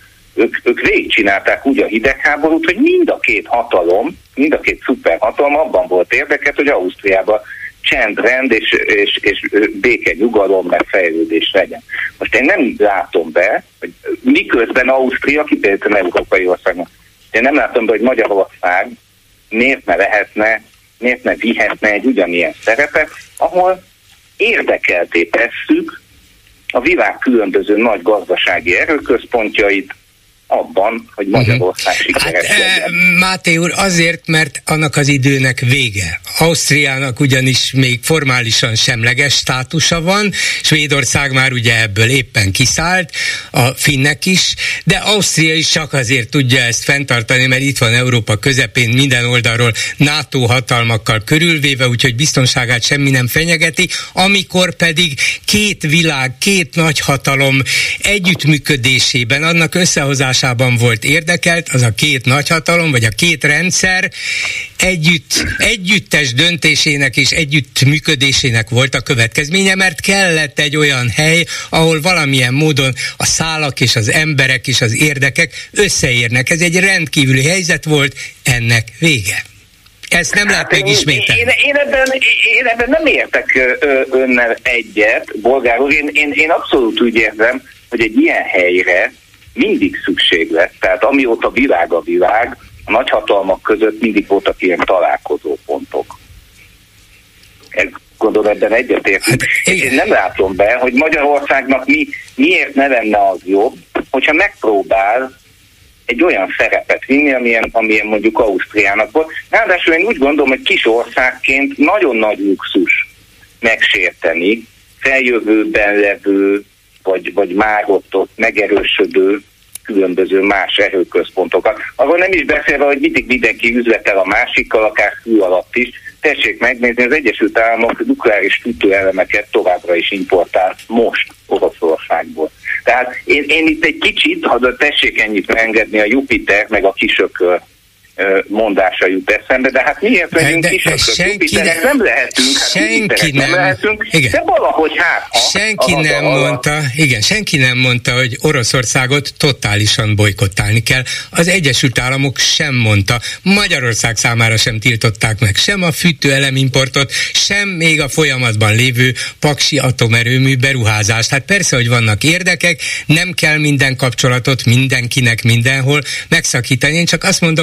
Ők, ők végigcsinálták úgy a hidegháborút, hogy mind a két hatalom, mind a két szuperhatalom abban volt érdeket, hogy Ausztriában csend, rend és, és, és béke, nyugalom, meg fejlődés legyen. Most én nem látom be, hogy miközben Ausztria kifejezetten európai országnak, én nem látom be, hogy Magyarország miért ne lehetne, miért ne vihetne egy ugyanilyen szerepet, ahol érdekelté tesszük a világ különböző nagy gazdasági erőközpontjait abban, hogy Magyarország uh-huh. sikeres hát, legyen. Máté úr, azért, mert annak az időnek vége. Ausztriának ugyanis még formálisan semleges státusa van, Svédország már ugye ebből éppen kiszállt, a finnek is, de Ausztria is csak azért tudja ezt fenntartani, mert itt van Európa közepén minden oldalról NATO hatalmakkal körülvéve, úgyhogy biztonságát semmi nem fenyegeti, amikor pedig két világ, két nagyhatalom együttműködésében, annak összehozásában volt érdekelt, az a két nagyhatalom, vagy a két rendszer együtt, együttes döntésének és együttműködésének volt a következménye, mert kellett egy olyan hely, ahol valamilyen módon a szálak és az emberek és az érdekek összeérnek. Ez egy rendkívüli helyzet volt, ennek vége. Ezt nem lehet hát megismételni. Én, én, ebben, én ebben nem értek önnel egyet, bolgár úr. Én, én, én abszolút úgy érzem, hogy egy ilyen helyre mindig szükség lesz. Tehát amióta világ a világ, a nagyhatalmak között mindig voltak ilyen találkozópontok. Ez, gondolom ebben egyetértünk. Hát, én nem látom be, hogy Magyarországnak mi, miért ne lenne az jobb, hogyha megpróbál egy olyan szerepet vinni, amilyen, amilyen mondjuk Ausztriának volt. Ráadásul én úgy gondolom, hogy kis országként nagyon nagy luxus megsérteni feljövőben levő, vagy, vagy már ott, ott megerősödő különböző más erőközpontokat. Arról nem is beszélve, hogy mindig mindenki üzletel a másikkal, akár fű alatt is. Tessék megnézni, az Egyesült Államok nukleáris fűtőelemeket továbbra is importál most Oroszországból. Tehát én, én itt egy kicsit, ha tessék ennyit engedni, a Jupiter meg a kisököl mondása jut eszembe, de hát miért vagyunk kisökök? Jupiterek nem lehetünk, hát senki nem, nem lehetünk, igen. De valahogy hát. Ha, senki a, nem a, mondta, igen, senki nem mondta, hogy Oroszországot totálisan bojkottálni kell. Az Egyesült Államok sem mondta, Magyarország számára sem tiltották meg sem a fűtőelemimportot, sem még a folyamatban lévő paksi atomerőmű beruházást. Hát persze, hogy vannak érdekek, nem kell minden kapcsolatot mindenkinek mindenhol megszakítani. Én csak azt mondom, hogy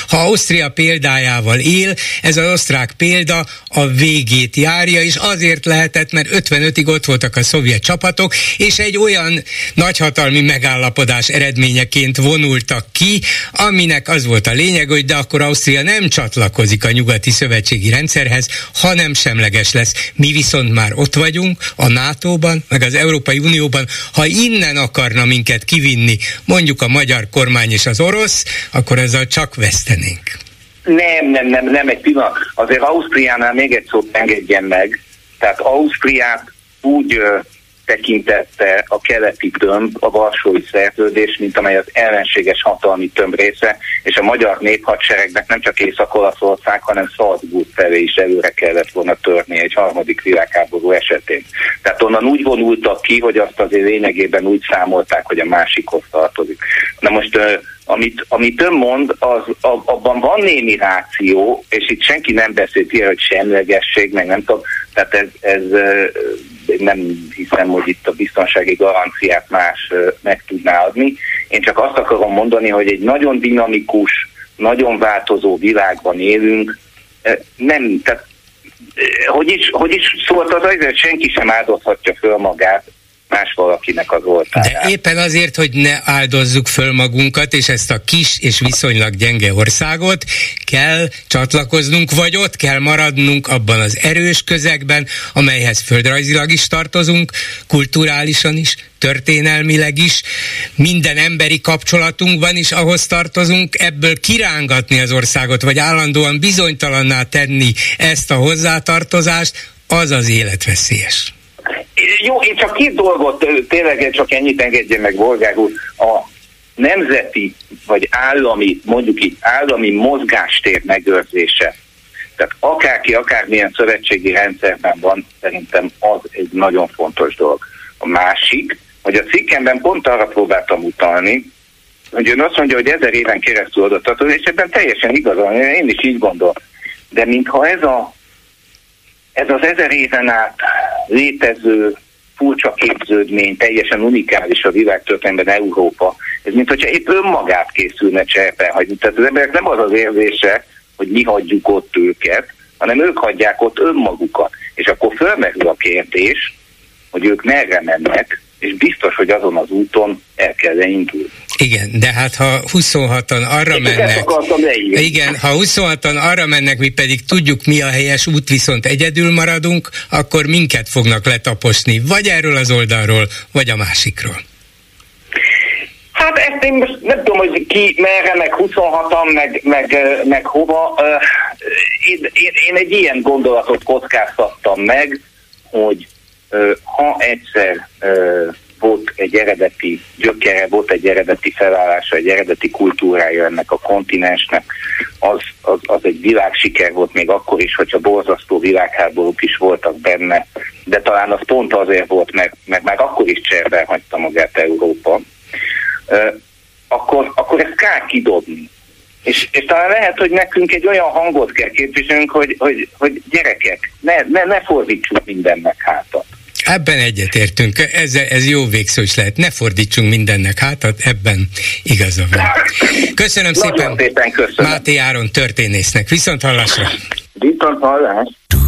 Ha Ausztria példájával él, ez az osztrák példa a végét járja, és azért lehetett, mert ötvenötig ott voltak a szovjet csapatok, és egy olyan nagyhatalmi megállapodás eredményeként vonultak ki, aminek az volt a lényeg, hogy de akkor Ausztria nem csatlakozik a nyugati szövetségi rendszerhez, hanem semleges lesz. Mi viszont már ott vagyunk, a nátóban, meg az Európai Unióban. Ha innen akarna minket kivinni, mondjuk a magyar kormány és az orosz, akkor ezzel csak vesztenénk. Nem, nem, nem, nem, egy pillanat. Azért Ausztriánál még egy szót engedjen meg. Tehát Ausztriát úgy ö, tekintette a keleti tömb, a Varsói Szerződés, mint amely az ellenséges hatalmi tömb része, és a magyar néphadseregnek nem csak Észak-Olaszország, hanem Salzburg felé is előre kellett volna törni egy harmadik világháború esetén. Tehát onnan úgy vonultak ki, hogy azt azért lényegében úgy számolták, hogy a másikhoz tartozik. Na most amit, amit ön mond, az, abban van némi ráció, és itt senki nem beszélt ilyen, hogy semlegesség, meg nem tudom, tehát ez, ez nem hiszem, hogy itt a biztonsági garanciát más meg tudná adni. Én csak azt akarom mondani, hogy egy nagyon dinamikus, nagyon változó világban élünk. Nem, tehát hogy is, hogy is szólt az, hogy senki sem áldozhatja föl magát más valakinek az oltára. De éppen azért, hogy ne áldozzuk föl magunkat, és ezt a kis és viszonylag gyenge országot, kell csatlakoznunk, vagy ott kell maradnunk abban az erős közegben, amelyhez földrajzilag is tartozunk, kulturálisan is, történelmileg is, minden emberi kapcsolatunkban is ahhoz tartozunk, ebből kirángatni az országot, vagy állandóan bizonytalanná tenni ezt a hozzátartozást, az az életveszélyes. Jó, én csak két dolgot, tényleg csak ennyit engedjen meg, Bolgár úr. A nemzeti, vagy állami, mondjuk így állami mozgástér megőrzése. Tehát akárki, akármilyen szövetségi rendszerben van, szerintem az egy nagyon fontos dolog. A másik, hogy a cikkemben pont arra próbáltam utalni, hogy ön azt mondja, hogy ezer éven keresztül adatható, és ebben teljesen igazán, én is így gondolom. De mintha ez a Ez az ezer éven át létező furcsa képződmény, teljesen unikális a világtörténelemben Európa, ez mint hogyha épp önmagát készülne cserben hagyni. Tehát az emberek nem az az érzése, hogy mi hagyjuk ott őket, hanem ők hagyják ott önmagukat. És akkor fölmerül a kérdés, hogy ők merre mennek, és biztos, hogy azon az úton el kell indulni. Igen, de hát ha huszonhatan arra Én mennek, igen, ha huszonhatan arra mennek, mi pedig tudjuk, mi a helyes út, viszont egyedül maradunk, akkor minket fognak letaposni, vagy erről az oldalról, vagy a másikról. Hát ezt én most nem tudom, hogy ki merre, meg huszonhatan, meg, meg, meg hova. Én, én, én egy ilyen gondolatot kockáztattam meg, hogy ha egyszer volt egy eredeti gyökere, volt egy eredeti felállása, egy eredeti kultúrája ennek a kontinensnek, az, az, az egy világsiker volt még akkor is, hogyha borzasztó világháborúk is voltak benne, de talán az pont azért volt, mert, mert már akkor is cserben hagyta magát Európa. Uh, akkor, akkor ezt kár kidobni. És, és talán lehet, hogy nekünk egy olyan hangot kell képviselnünk, hogy, hogy, hogy gyerekek, ne, ne, ne fordítsuk mindennek hátat. Ebben egyetértünk, ez, ez jó végszó is lehet. Ne fordítsunk mindennek hátat, ebben igaza van. Köszönöm szépen, szépen köszönöm. Máté Áron történésznek. Viszont hallásra! Viszont hallás!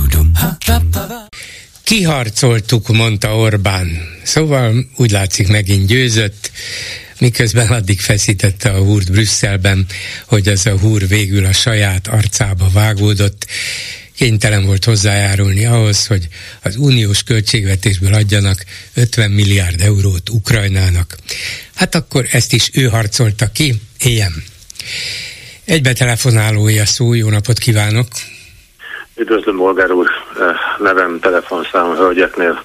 Kiharcoltuk, mondta Orbán. Szóval úgy látszik, megint győzött, miközben addig feszítette a húrt Brüsszelben, hogy az a húr végül a saját arcába vágódott. Kénytelen volt hozzájárulni ahhoz, hogy az uniós költségvetésből adjanak ötven milliárd eurót Ukrajnának. Hát akkor ezt is ő harcolta ki, éljen. Egy betelefonálója szó, jó napot kívánok! Üdvözlöm, Bolgár úr, nevem, telefonszám hölgyeknél.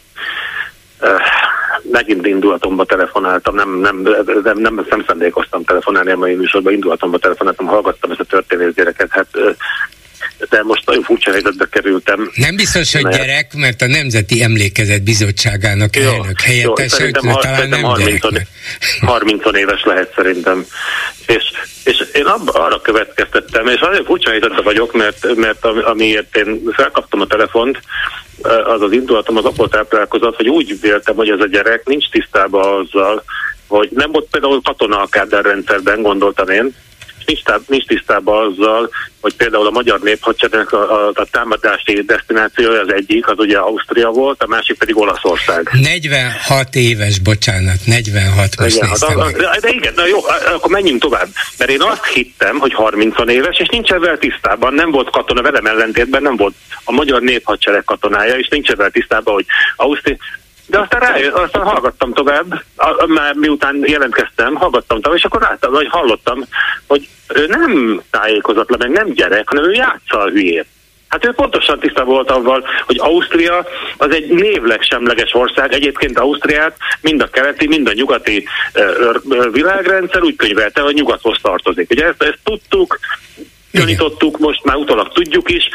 Megint indulatomba telefonáltam, nem, nem, nem, nem, nem szándékoztam telefonálni a mai műsorban, indulatomba telefonáltam, hallgattam ezt a történész gyereket, hát de most nagyon furcsa helyzetbe kerültem. Nem biztos, hogy mert... gyerek, mert a Nemzeti Emlékezet Bizottságának jó, elnök helyettese, jó, talán nem harminc, gyerek. harminc éves lehet szerintem. És, és én abba, arra következtettem, és nagyon furcsa helyzetben vagyok, mert, mert amiért én felkaptam a telefont, az az indulatom, az apotáplálkozat, hogy úgy véltem, hogy ez a gyerek nincs tisztában azzal, hogy nem volt például katona a Kádár rendszerben, gondoltam én, nincs, nincs tisztában azzal, hogy például a magyar néphadseregnek a, a, a támadási desztinációja az egyik, az ugye Ausztria volt, a másik pedig Olaszország. negyvenhat éves, bocsánat, negyvenhat most igen, néztem az, az, de igen, na jó, akkor menjünk tovább. Mert én azt hittem, hogy harminc éves, és nincs ezzel tisztában, nem volt katona, velem ellentétben nem volt a magyar néphadsereg katonája, és nincs ezzel tisztában, hogy Ausztria. De aztán, rá, aztán hallgattam tovább, a, már miután jelentkeztem, hallgattam tovább, és akkor láttam, vagy hallottam, hogy ő nem tájékozatlan, meg nem gyerek, hanem ő játsza a hülyét. Hát ő pontosan tisztában volt avval, hogy Ausztria az egy névleg semleges ország. Egyébként Ausztriát mind a keleti, mind a nyugati ö, ö, világrendszer úgy könyvelte, hogy nyugathoz tartozik. Ugye ezt, ezt tudtuk, gyanítottuk, most már utólag tudjuk is.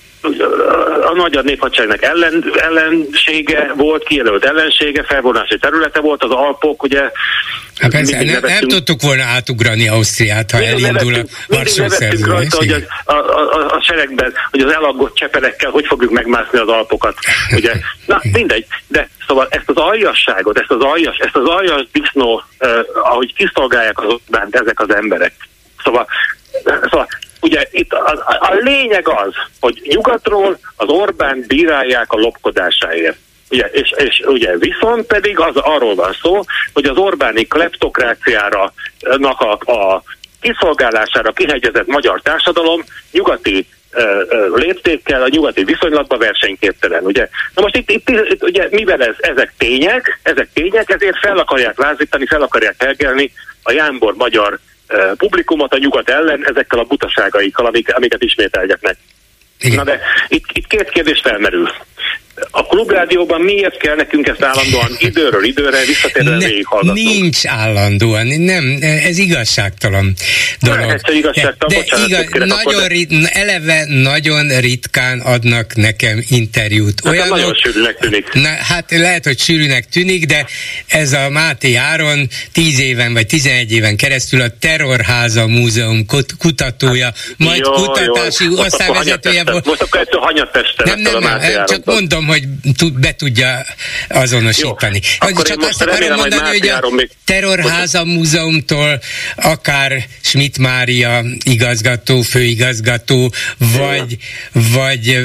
A magyar néphadseregnek ellen, ellensége volt, kijelölt ellensége, felvonási területe volt, az Alpok, ugye... Hát persze, ne, nem tudtuk volna átugrani Ausztriát, ha mindig elindul a Varsó szerződés. Rajta, hogy az, a, a, a seregben, hogy az elaggott csepelekkel hogy fogjuk megmászni az Alpokat, ugye? Na, mindegy, de szóval ezt az aljasságot, ezt az aljas, ezt az aljas disznó, eh, ahogy kiszolgálják az Orbánt ezek az emberek. Szóval, szóval ugye itt a, a, a lényeg az, hogy nyugatról az Orbán bírálják a lopkodásáért. Ugye, és, és ugye viszont pedig az arról van szó, hogy az Orbáni kleptokráciára a, a kiszolgálására kihegyezett magyar társadalom nyugati ö, ö, léptékkel, a nyugati viszonylatban versenyképtelen. Ugye? Na most itt, itt, itt ugye, mivel ez, ezek tények, ezek tények, ezért fel akarják lázítani, fel akarják helgelni a jámbor magyar publikumot a nyugat ellen ezekkel a butaságaikkal, amik, amiket ismételják meg. Igen. Na de itt, itt két kérdés felmerül. A Klubrádióban miért kell nekünk ezt állandóan időről időre visszatérően végighallgatnunk? Nincs állandóan, nem, ez igazságtalan dolog. Nem, ez igazságtalan, de bocsánat, igaz, nagyon rit, eleve nagyon ritkán adnak nekem interjút. Olyanok, nagyon sűrűnek tűnik. Na, hát lehet, hogy sűrűnek tűnik, de ez a Máté Áron tíz éven vagy tizenegy éven keresztül a Terrorháza Múzeum kutatója, majd jó, kutatási jó. osztályvezetője volt. Most akkor ettől hanyattestem. Nem, nem, nem, csak mondom, hogy be tudja azonosítani. Jó, csak azt akarom mondani, hogy a Terrorháza Múzeumtól akár Schmidt Mária igazgató, főigazgató, vagy, vagy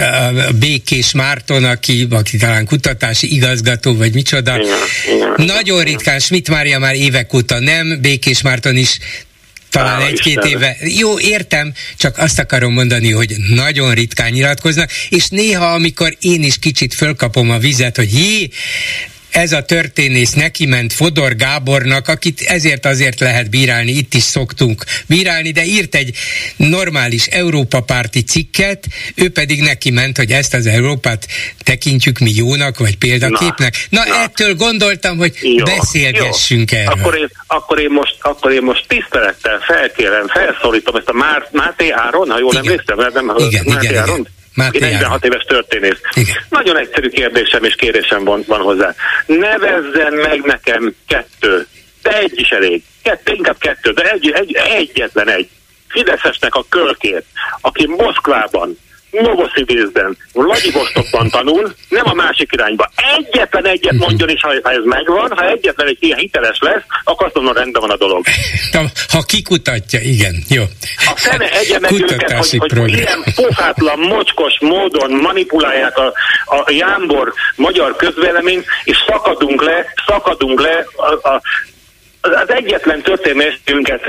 Békés Márton, aki, aki talán kutatási igazgató, vagy micsoda. Igen, igen, Nagyon ritkán, Schmidt Mária már évek óta nem, Békés Márton is talán egy-két éve. Jó, értem, csak azt akarom mondani, hogy nagyon ritkán nyilatkoznak, és néha, amikor én is kicsit fölkapom a vizet, hogy jé, ez a történész neki ment Fodor Gábornak, akit ezért azért lehet bírálni, itt is szoktunk bírálni, de írt egy normális Európa párti cikket, ő pedig neki ment, hogy ezt az Európát tekintjük mi jónak, vagy példaképnek. Na, na, na. ettől gondoltam, hogy jó, beszélgessünk jó. erről. Akkor én, akkor, én most, akkor én most tisztelettel felkérem, felszólítom ezt a Már, Máté Áron, ha jól igen. emlékszem, mert nem igen, Máté igen, Áron? Igen. negyvenhat éves történész. Igen. Nagyon egyszerű kérdésem és kérésem van, van hozzá. Nevezzen meg nekem kettő, de egy is elég. Kettő, inkább kettő, de egy, egy, egyetlen egy. Fideszesnek a kölkét, aki Moszkvában, Novoszibirzben, Vladivostokban tanul, nem a másik irányba. Egyetlen egyet mondjon is, ha ez megvan, ha egyetlen egy ilyen hiteles lesz, akkor azt mondom, rendben van a dolog. Ha kikutatja, igen, jó. A fene egye meg őket, hogy, hogy ilyen pofátlan, mocskos módon manipulálják a, a jámbor magyar közvéleményt, és szakadunk le, szakadunk le a, a az egyetlen történésünket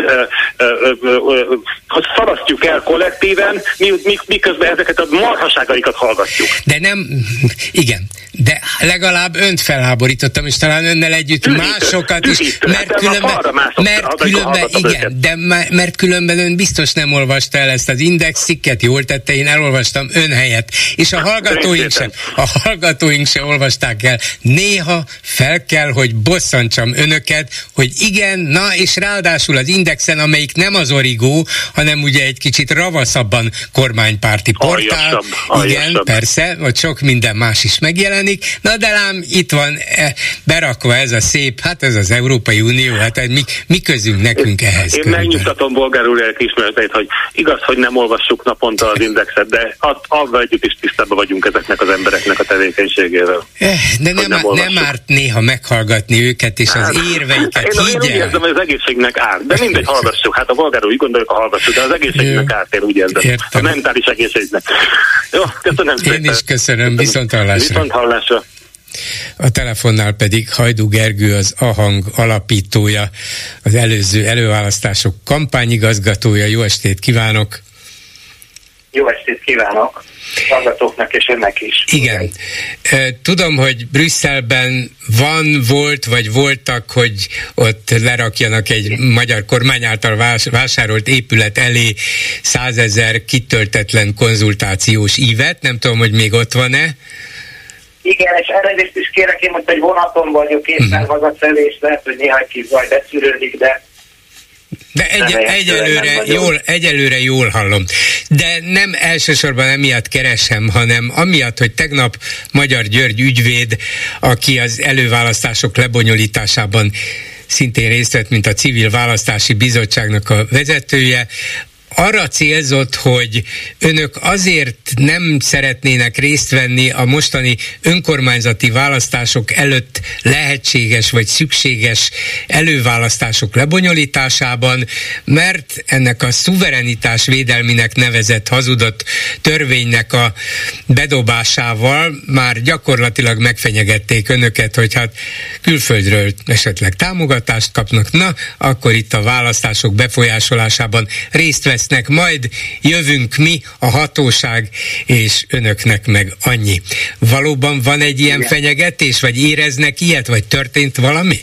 hogy szalasztjuk el kollektíven, miközben ezeket a marhaságaikat hallgatjuk. De nem, igen, de legalább önt felháborítottam, és talán önnel együtt tűnítő, másokat is, tűnítő, mert különben, mert különben igen, de mert különben ön biztos nem olvasta el ezt az Index cikket, jól tette, én elolvastam ön helyett, és a hallgatóink sem, a hallgatóink sem olvasták el. Néha fel kell, hogy bosszantsam önöket, hogy igen, na, és ráadásul az Indexen, amelyik nem az Origó, hanem ugye egy kicsit ravaszabban kormánypárti portál. Aljasabb, igen, aljasabb. persze, vagy sok minden más is megjelenik. történik. Na de lám, itt van berakva ez a szép, hát ez az Európai Unió, hát mi, mi közünk nekünk ehhez? Én megnyugtatom Bolgár úr lelkiismereteit, hogy igaz, hogy nem olvassuk naponta az Indexet, de avval együtt is tisztában vagyunk ezeknek az embereknek a tevékenységével. De nem, nem, nem árt néha meghallgatni őket, és az érveiket én, higgyel. Én úgy érzem, hogy az egészségnek árt, de mindegy, hallgassuk. Hát a Bolgár úr úgy gondoljuk, a hallgassuk, de az egészségnek árt, én úgy érzem. Értem. A mentális egészségnek. Jó, köszönöm szépen. Én is köszönöm, viszont hallásra. Viszont hallásra. A telefonnál pedig Hajdú Gergő, az AHANG alapítója, az előző előválasztások kampányigazgatója. Jó estét kívánok! Jó estét kívánok! Hallgatóknak és önnek is. Igen. Tudom, hogy Brüsszelben van, volt, vagy voltak, hogy ott lerakjanak egy magyar kormány által vásárolt épület elé százezer kitöltetlen konzultációs ívet. Nem tudom, hogy még ott van-e. Igen, és elnézést is kérek, én most egy vonaton vagyok éppen uh-huh. hazafelé, és lehet, hogy néha egy kis zaj beszűrődik, de De egy, egyelőre, jól, egyelőre jól hallom. De nem elsősorban emiatt keresem, hanem amiatt, hogy tegnap Magyar György ügyvéd, aki az előválasztások lebonyolításában szintén részt vett, mint a Civil Választási Bizottságnak a vezetője, arra célzott, hogy önök azért nem szeretnének részt venni a mostani önkormányzati választások előtt lehetséges vagy szükséges előválasztások lebonyolításában, mert ennek a szuverenitás védelminek nevezett hazudott törvénynek a bedobásával már gyakorlatilag megfenyegették önöket, hogy hát külföldről esetleg támogatást kapnak, na, akkor itt a választások befolyásolásában részt vesz majd jövünk mi, a hatóság, és önöknek meg annyi. Valóban van egy ilyen Igen. fenyegetés, vagy éreznek ilyet, vagy történt valami?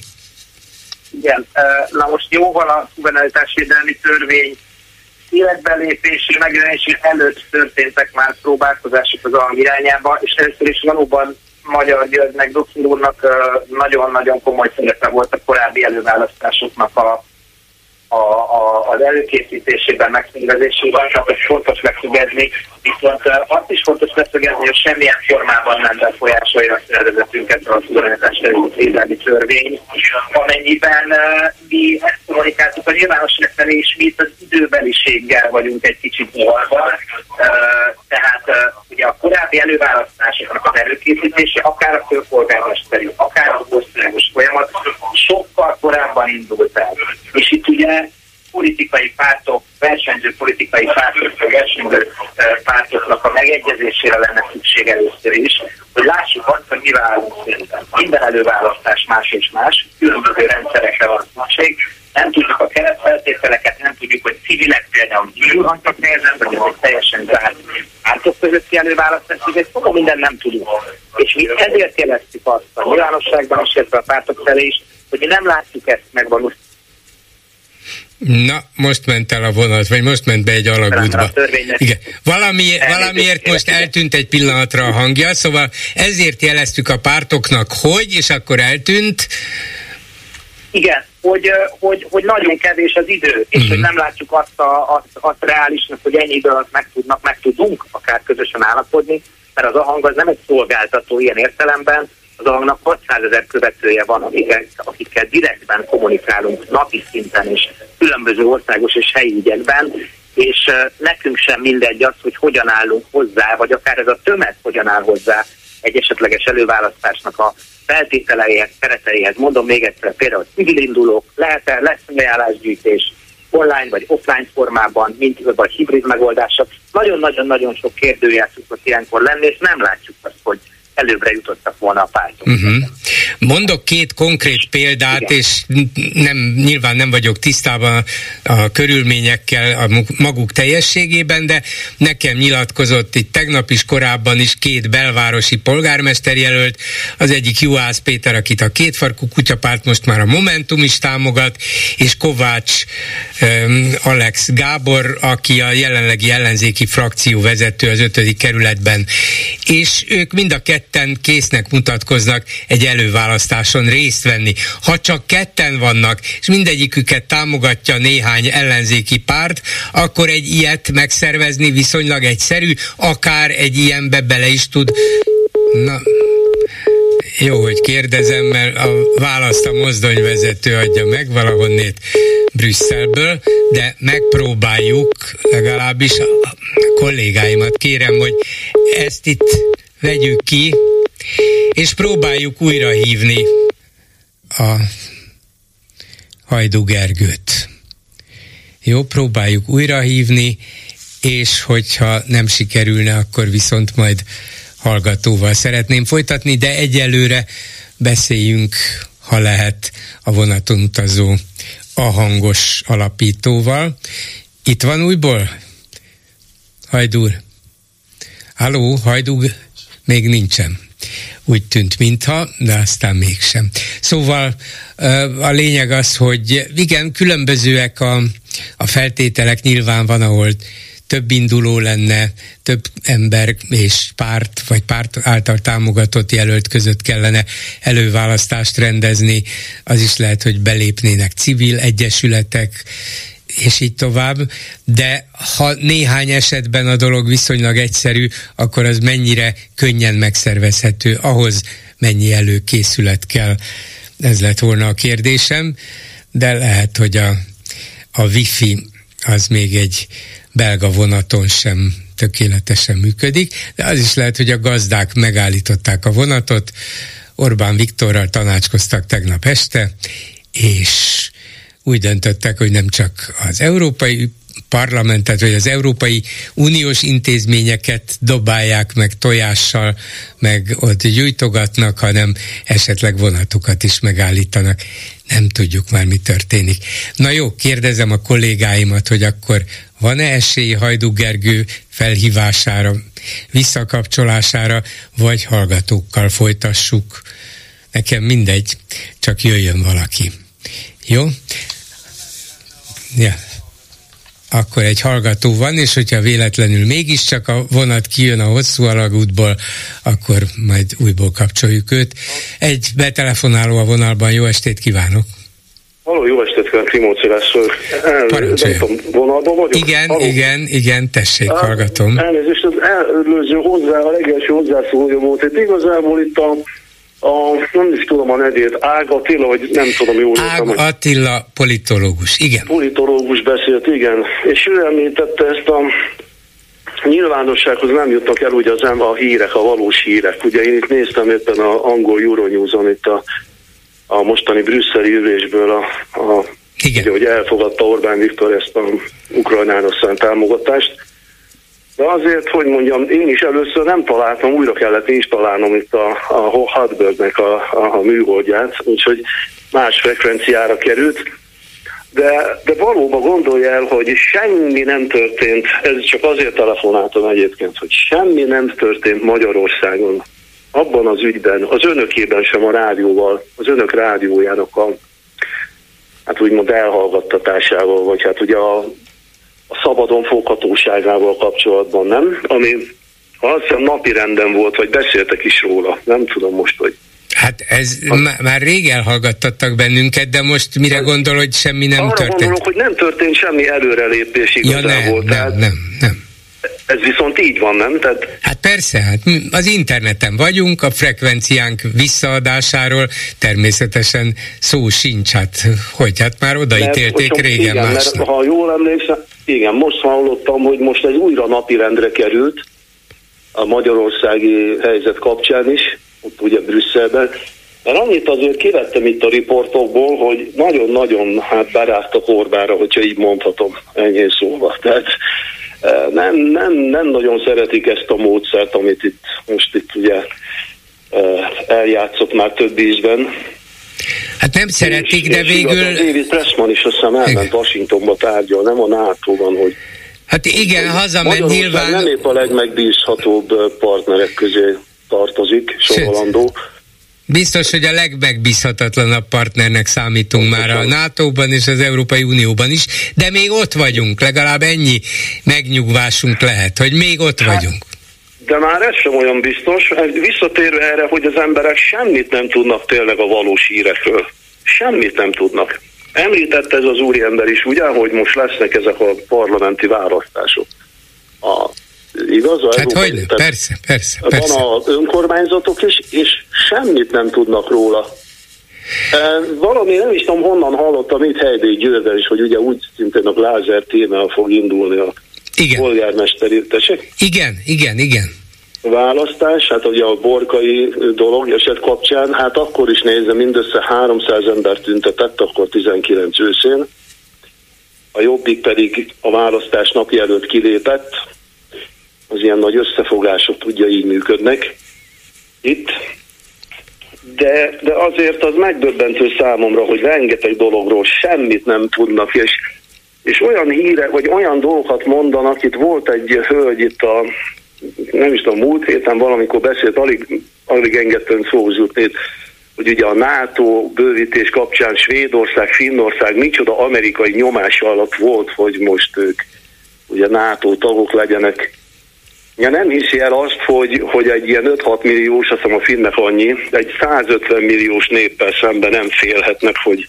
Igen. Na most jóval a szuverenitásvédelmi törvény életbelépési, megjelenési előtt történtek már próbálkozások az AHANG irányába, és először is valóban Magyar Györgynek, Doktor úrnak nagyon-nagyon komoly szerepe volt a korábbi előválasztásoknak a A, a, az előkészítésében, megszínvezésében, csak hogy fontos megszögezni, viszont azt is fontos megszögezni, hogy semmilyen formában nem befolyásolja a szervezetünket a szuverenitás védelmi törvény, amennyiben mi ezt kommunikáltuk a nyilvánosság felé, és mi itt az időbeliséggel vagyunk egy kicsit nyilvánban. Tehát ugye a korábbi előválasztásoknak az előkészítése, akár a főpolgármesteri, akár az országos folyamat sokkal korábban indult el. És itt ugye politikai pártok, versenyző politikai pártok, versenyző pártoknak a megegyezésére lenne szükség először is, hogy lássuk azt, hogy mivel állunk szerintem. Minden előválasztás más és más, különböző rendszerekre van szükség, nem tudjuk a keretfeltételeket, nem tudjuk, hogy civilek például indulhatnak nehezen, vagy ez egy teljesen zárt pártok közötti előválasztás, egy szóval minden nem tudunk. És mi ezért jeleztük azt a nyilvánosságban, és illetve a pártok felé is, hogy mi nem látjuk ezt megvalósítani. Na, most ment el a vonat, vagy most ment be egy alagútba. Igen. Valami, valamiért most eltűnt egy pillanatra a hangja, szóval ezért jeleztük a pártoknak, hogy, és akkor eltűnt. Igen, hogy, hogy, hogy nagyon kevés az idő, és uh-huh. hogy nem látjuk azt, a, azt, azt reálisnak, hogy ennyi idő alatt meg tudnak, meg tudunk akár közösen állapodni, mert az AHANG az nem egy szolgáltató ilyen értelemben, az AHANG-nak hatszázezer követője van, akikkel, akikkel direktben kommunikálunk napi szinten és különböző országos és helyi ügyekben, és uh, nekünk sem mindegy az, hogy hogyan állunk hozzá, vagy akár ez a tömeg hogyan áll hozzá egy esetleges előválasztásnak a feltételeihez, kereteihez. Mondom még egyszer, például civilindulók, lehet-e, lesz ajánlásgyűjtés online vagy offline formában, mint vagy hibrid megoldások. Nagyon-nagyon-nagyon sok kérdőjel szokott ilyenkor lenni, és nem látjuk azt, hogy előbbre jutottak volna a pártok. Uh-huh. Mondok két konkrét példát, Igen. és nem, nyilván nem vagyok tisztában a körülményekkel a maguk teljességében, de nekem nyilatkozott itt tegnap is, korábban is két belvárosi polgármesterjelölt, az egyik Juhász Péter, akit a Kétfarkú Kutyapárt most már a Momentum is támogat, és Kovács um, Alex Gábor, aki a jelenlegi ellenzéki frakció vezető az ötödik kerületben. És ők mind a kettő ketten késznek mutatkoznak egy előválasztáson részt venni. Ha csak ketten vannak, és mindegyiküket támogatja néhány ellenzéki párt, akkor egy ilyet megszervezni viszonylag egyszerű, akár egy ilyenbe bele is tud... Na... Jó, hogy kérdezem, mert a választ a mozdonyvezető adja meg valahonnét Brüsszelből, de megpróbáljuk, legalábbis a kollégáimat kérem, hogy ezt itt vegyük ki, és próbáljuk újra hívni a Hajdú Gergőt. Jó, próbáljuk újra hívni, és hogyha nem sikerülne, akkor viszont majd hallgatóval szeretném folytatni, de egyelőre beszéljünk, ha lehet, a vonaton utazó ahangos alapítóval. Itt van újból? Hajdú. Halló, Hajdú, még nincsen. Úgy tűnt, mintha, de aztán mégsem. Szóval a lényeg az, hogy igen, különbözőek a, a feltételek, nyilván van, ahol több induló lenne, több ember és párt, vagy párt által támogatott jelölt között kellene előválasztást rendezni, az is lehet, hogy belépnének civil egyesületek, és így tovább, de ha néhány esetben a dolog viszonylag egyszerű, akkor az mennyire könnyen megszervezhető, ahhoz mennyi előkészület kell, ez lett volna a kérdésem, de lehet, hogy a, a wifi az még egy belga vonaton sem tökéletesen működik, de az is lehet, hogy a gazdák megállították a vonatot, Orbán Viktorral tanácskoztak tegnap este, és úgy döntöttek, hogy nem csak az Európai Parlamentet, vagy az Európai Uniós intézményeket dobálják meg tojással, meg ott gyújtogatnak, hanem esetleg vonatokat is megállítanak. Nem tudjuk már, mi történik. Na jó, kérdezem a kollégáimat, hogy akkor van-e esély Hajdú Gergő felhívására, visszakapcsolására, vagy hallgatókkal folytassuk. Nekem mindegy, csak jöjjön valaki. Jó? Ja. Akkor egy hallgató van, és hogyha véletlenül mégiscsak a vonat kijön a hosszú alagútból, akkor majd újból kapcsoljuk őt. Egy betelefonáló a vonalban, jó estét kívánok! Halló, jó estét kívánok, Klimóci László. Parancsoljon. Vonalban vagyok? Igen, Halló. igen, igen, tessék, Á, hallgatom. Elnézést, az előző hozzá, a legelső hozzászólója volt. Itt igazából itt a A, nem is tudom a nevét, Ág Attila, vagy nem tudom jól. Ág Attila, politológus, igen. Politológus beszélt, igen. És ő említette ezt a nyilvánossághoz nem jutnak el ugye az ember a hírek, a valós hírek. Ugye én itt néztem éppen az angol Euronews-on itt a, a mostani brüsszeli ülésből, a, a, ugye, hogy elfogadta Orbán Viktor ezt a Ukrajnára szánt támogatást. De azért, hogy mondjam, én is először nem találtam, újra kellett installálnom itt a, a Hotbirdnek a, a, a műholdját, úgyhogy más frekvenciára került. De, de valóban gondolja el, hogy semmi nem történt, ez csak azért telefonáltam egyébként, hogy semmi nem történt Magyarországon abban az ügyben, az önökében sem a rádióval, az önök rádiójának a, hát úgymond elhallgattatásával, vagy hát ugye a a szabadon foghatóságával kapcsolatban, nem? Ami azt hiszem napi renden volt, vagy beszéltek is róla. Nem tudom most, hogy... Hát ez m- már rég elhallgattattak bennünket, de most mire gondol, hogy semmi nem arra történt? Arra gondolok, hogy nem történt semmi előrelépés igazából. Ja, nem, nem, nem, nem. Ez viszont így van, nem? Tehát... Hát persze, hát az interneten vagyunk, a frekvenciánk visszaadásáról természetesen szó sincs, hát hogy, hát már odaítélték mert, régen igen, másnak. Mert, ha jól emlékszem, igen, most hallottam, hogy most ez újra napirendre került a magyarországi helyzet kapcsán is, ott ugye Brüsszelben, mert annyit azért kivettem itt a riportokból, hogy nagyon-nagyon hát beráztak Orbánra, hogyha így mondhatom, ennyi szóval. Tehát nem, nem, nem nagyon szeretik ezt a módszert, amit itt most itt ugye eljátszott már több ízben. Hát nem szeretik, és, de és végül... David Pressman is azt hiszem elment Washingtonba tárgyal, nem a nátóban, hogy... Hát igen, hazament nyilván... nem épp a legmegbízhatóbb partnerek közé tartozik, sorolandó. Biztos, hogy a legmegbízhatatlanabb partnernek számítunk már a nátóban és az Európai Unióban is, de még ott vagyunk, legalább ennyi megnyugvásunk lehet, hogy még ott hát, vagyunk. De már ez sem olyan biztos. Visszatérő erre, hogy az emberek semmit nem tudnak tényleg a valós hírekről. Semmit nem tudnak. Említette ez az úriember is, ugye, hogy most lesznek ezek a parlamenti választások. A igaz? A hát hogy persze, persze, persze. Van az önkormányzatok is, és semmit nem tudnak róla. Valami, nem is tudom honnan hallottam itt Helydék Győrben is, hogy ugye úgy szintén a Lázár témával fog indulni a igen. polgármesteri, tessék? Igen, igen, igen. Választás, hát ugye a borkai dolog eset kapcsán, hát akkor is nézem, mindössze háromszáz ember tüntetett, akkor tizenkilenc őszén. A Jobbik pedig a választás napja előtt kilépett. Az ilyen nagy összefogások tudja így működnek itt. De, de azért az megdöbbentő számomra, hogy rengeteg dologról semmit nem tudnak, és, és olyan híre, vagy olyan dolgokat mondanak, itt volt egy hölgy itt a, nem is tudom, múlt héten valamikor beszélt, alig, alig engedten szóhoz jutni, hogy ugye a NATO bővítés kapcsán Svédország, Finnország micsoda amerikai nyomás alatt volt, hogy most ők ugye NATO tagok legyenek. Ja, nem hiszi el azt, hogy, hogy egy ilyen öt-hat milliós, azt hiszem a finnek annyi, egy százötven milliós néppel szemben nem félhetnek, hogy,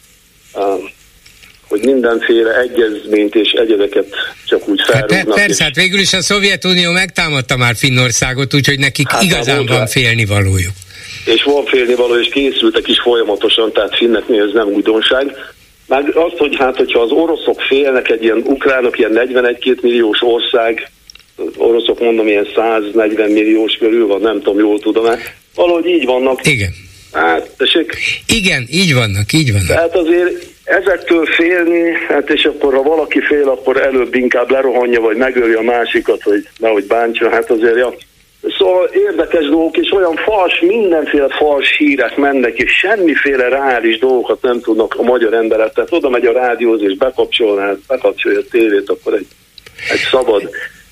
uh, hogy mindenféle egyezményt és egyedeket csak úgy felrúgnak. Hát persze, hát végül is a Szovjetunió megtámadta már Finnországot, úgyhogy nekik hát igazán van félnivalójuk. És van félnivaló, és készültek is folyamatosan, tehát finneknél ez nem újdonság. Meg azt, hogy hát, hogyha az oroszok félnek, egy ilyen ukránok, ilyen negyvenegy-két milliós ország, oroszok mondom, ilyen száznegyven milliós körül van, nem tudom, jól tudom-e. Valahogy így vannak. Igen. Hát, tessék? Igen, így vannak, így vannak. Tehát azért ezektől félni, hát és akkor ha valaki fél, akkor előbb inkább lerohanja, vagy megöli a másikat, hogy nehogy bántsa, hát azért, ja. Szóval érdekes dolgok, és olyan fals, mindenféle fals hírek mennek, és semmiféle reális dolgokat nem tudnak a magyar emberek. Tehát oda megy a rádióhoz, és bekapcsolná, bekapcsolja a tévét, akkor egy, egy szabad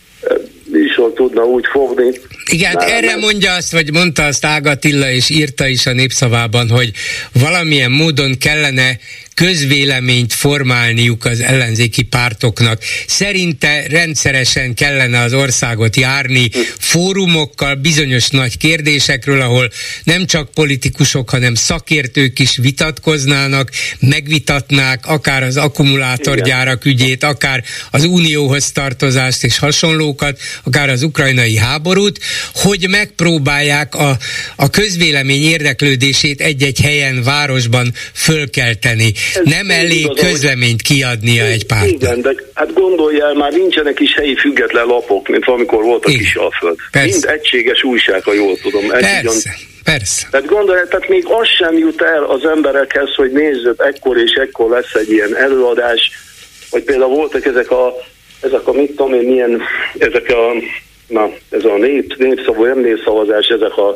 műsor tudna úgy fogni. Igen, hát erre mondja azt, vagy mondta azt Ág Attila, és írta is a Népszavában, hogy valamilyen módon kellene közvéleményt formálniuk az ellenzéki pártoknak. Szerinte rendszeresen kellene az országot járni fórumokkal, bizonyos nagy kérdésekről, ahol nem csak politikusok, hanem szakértők is vitatkoznának, megvitatnák akár az akkumulátorgyárak ügyét, akár az unióhoz tartozást és hasonlókat, akár az ukrajnai háborút, hogy megpróbálják a, a közvélemény érdeklődését egy-egy helyen, városban fölkelteni. Ez nem elég igaz, közleményt kiadnia egy pártnak. Igen, de hát gondoljál, már nincsenek is helyi független lapok, mint amikor volt a Kisalföld. Mind egységes újság, ha jól tudom. Persze, ugyan... persze. Tehát gondoljál, tehát még az sem jut el az emberekhez, hogy nézzük, ekkor és ekkor lesz egy ilyen előadás, vagy például voltak ezek a, ezek a mit tudom én, milyen, ezek a, na, ez a nép, népszavó, nem népszavazás, ezek a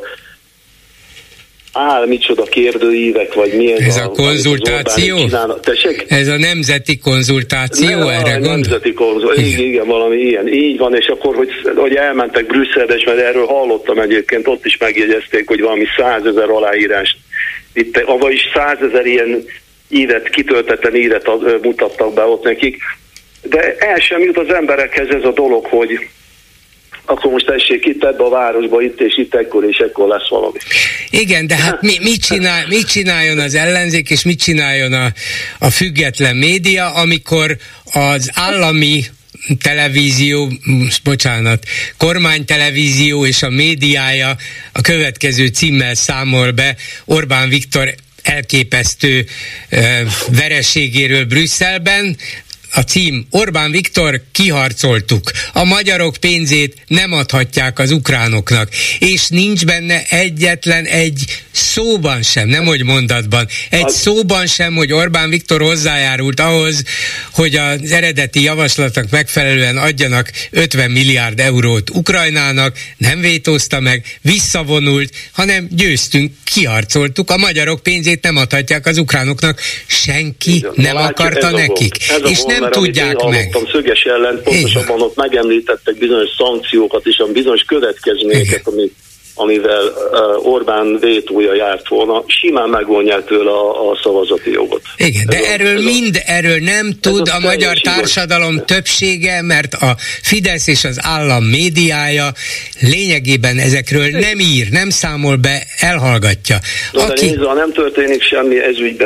áll, micsoda kérdőívek, vagy mi ez, ez a, a konzultáció? Ez a nemzeti konzultáció, ne, erre gondol? Nemzeti konzultáció, igen. igen, valami ilyen. Így van, és akkor, hogy, hogy elmentek Brüsszelbe, és mert erről hallottam egyébként, ott is megjegyezték, hogy valami százezer aláírás, itt, vagyis százezer ilyen íret, kitöltetlen íret mutattak be ott nekik, de el sem jut az emberekhez ez a dolog, hogy akkor most tessék itt ebbe a városba, itt és itt, ekkor és ekkor lesz valami. Igen, de hát mi, mit, csinál, mit csináljon az ellenzék, és mit csináljon a, a független média, amikor az állami televízió, bocsánat, kormánytelevízió és a médiája a következő címmel számol be Orbán Viktor elképesztő uh, vereségéről Brüsszelben. A cím: Orbán Viktor, kiharcoltuk. A magyarok pénzét nem adhatják az ukránoknak. És nincs benne egyetlen egy szóban sem, nem hogy mondatban, egy szóban sem, hogy Orbán Viktor hozzájárult ahhoz, hogy az eredeti javaslatnak megfelelően adjanak ötven milliárd eurót Ukrajnának, nem vétózta meg, visszavonult, hanem győztünk, kiharcoltuk. A magyarok pénzét nem adhatják az ukránoknak. Senki igen, nem látja, akarta nekik. És nem mert tudják meg. Hallottam szöges ellen, pontosabban ott megemlítettek bizonyos szankciókat és a bizonyos következményeket, ami, amivel uh, Orbán vétója járt volna, simán megvonják tőle a, a szavazati jogot. Igen, de ez erről a, mind, erről nem tud a magyar társadalom igaz. Többsége, mert a Fidesz és az állam médiája lényegében ezekről nem ír, nem számol be, elhallgatja. No, Aki... de nézze, ha nem történik semmi ezügyben,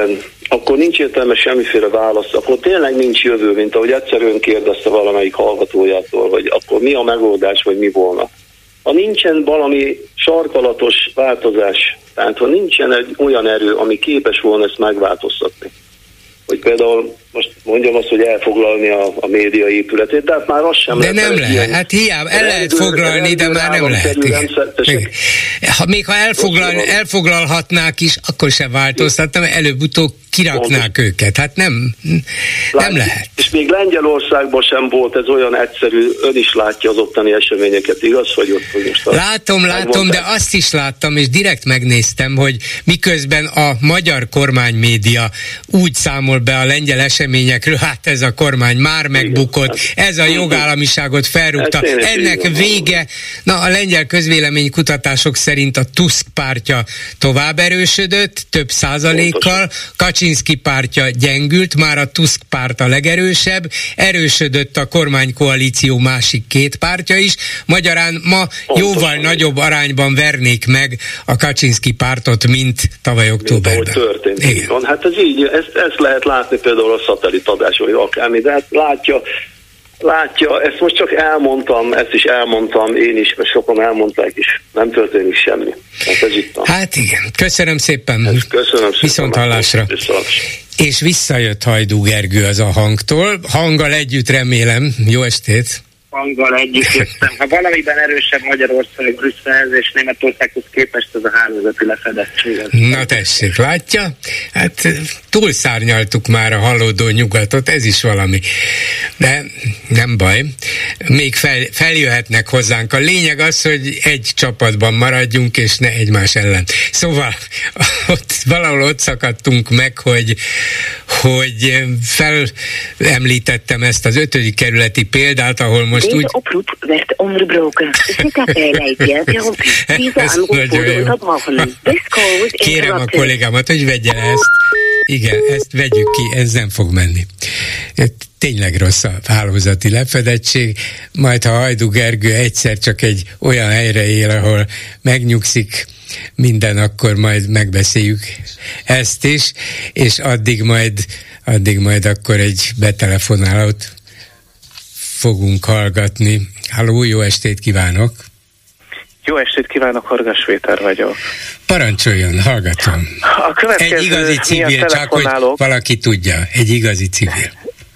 akkor nincs értelme semmiféle válasz, akkor tényleg nincs jövő, mint ahogy egyszerűen kérdezte valamelyik hallgatójától, hogy akkor mi a megoldás, vagy mi volna. Ha nincsen valami sarkalatos változás, tehát ha nincsen egy olyan erő, ami képes volna ezt megváltoztatni, hogy például most mondjam azt, hogy elfoglalni a, a média épületét, de hát már az sem de lehet. nem lehet, ilyen, hát hiába, el lehet foglalni, de már nem lehet. Ha még ha elfoglal, elfoglalhatnák is, akkor sem változtatna, mert előbb-utóbb kiraknák Pontos. őket. Hát nem, nem Lát, lehet. És még Lengyelországban sem volt ez olyan egyszerű, ön is látja az ottani eseményeket, igaz, hogy ott hogy most Látom, látom, de azt is láttam, és direkt megnéztem, hogy miközben a magyar kormánymédia úgy számol be a lengyel eseményekről, hát ez a kormány már megbukott, ez a jogállamiságot felrúgta, ennek vége, na a lengyel közvéleménykutatások szerint a Tusk pártja tovább erősödött, több százalékkal, Kaczynszki pártja gyengült, már a Tusk párt a legerősebb, erősödött a kormánykoalíció másik két pártja is, magyarán ma jóval nagyobb arányban vernék meg a Kaczynszki pártot, mint tavaly októberben. Mint ahogy történt. Igen. Hát ez így, ezt, ezt lehet látni például a szatellitadás, vagy akármi, de hát látja, látja, ezt most csak elmondtam, ezt is elmondtam, én is, mert sokan elmondták is, nem történik semmi. Hát ez itt van. Hát igen, köszönöm szépen. Hát köszönöm szépen. Viszont hallásra. És visszajött Hajdú Gergő az a hangtól, hanggal együtt remélem. Jó estét! Hanggal együtt jöttem. Ha valamiben erősebb Magyarország, Brüsszelhez és Németországhoz képest, ez a hálózati lefedettség. Na tessék, látja? Hát túlszárnyaltuk már a halódó nyugatot, ez is valami. De nem baj, még fel, feljöhetnek hozzánk. A lényeg az, hogy egy csapatban maradjunk, és ne egymás ellen. Szóval ott, valahol ott szakadtunk meg, hogy, hogy felemlítettem ezt az ötödik kerületi példát, ahol most Deze úgy... oproep werd onderbroken. Zit daarbij lijkt Deze aanroep wordt onderbroken. This call was Kérem a kollégámat, hogy vegye ezt. Igen, ezt vegyük ki, ez nem fog menni. Tényleg rossz a hálózati lefedettség, majd ha Hajdú Gergő egyszer csak egy olyan helyre él, ahol megnyugszik minden, akkor majd megbeszéljük ezt is, és addig majd, addig majd akkor egy betelefonálót fogunk hallgatni. Halló, jó estét kívánok! Jó estét kívánok, Horgas Péter vagyok. Parancsoljon, hallgatom. A következő egy igazi civil, csak hogy valaki tudja, egy igazi civil.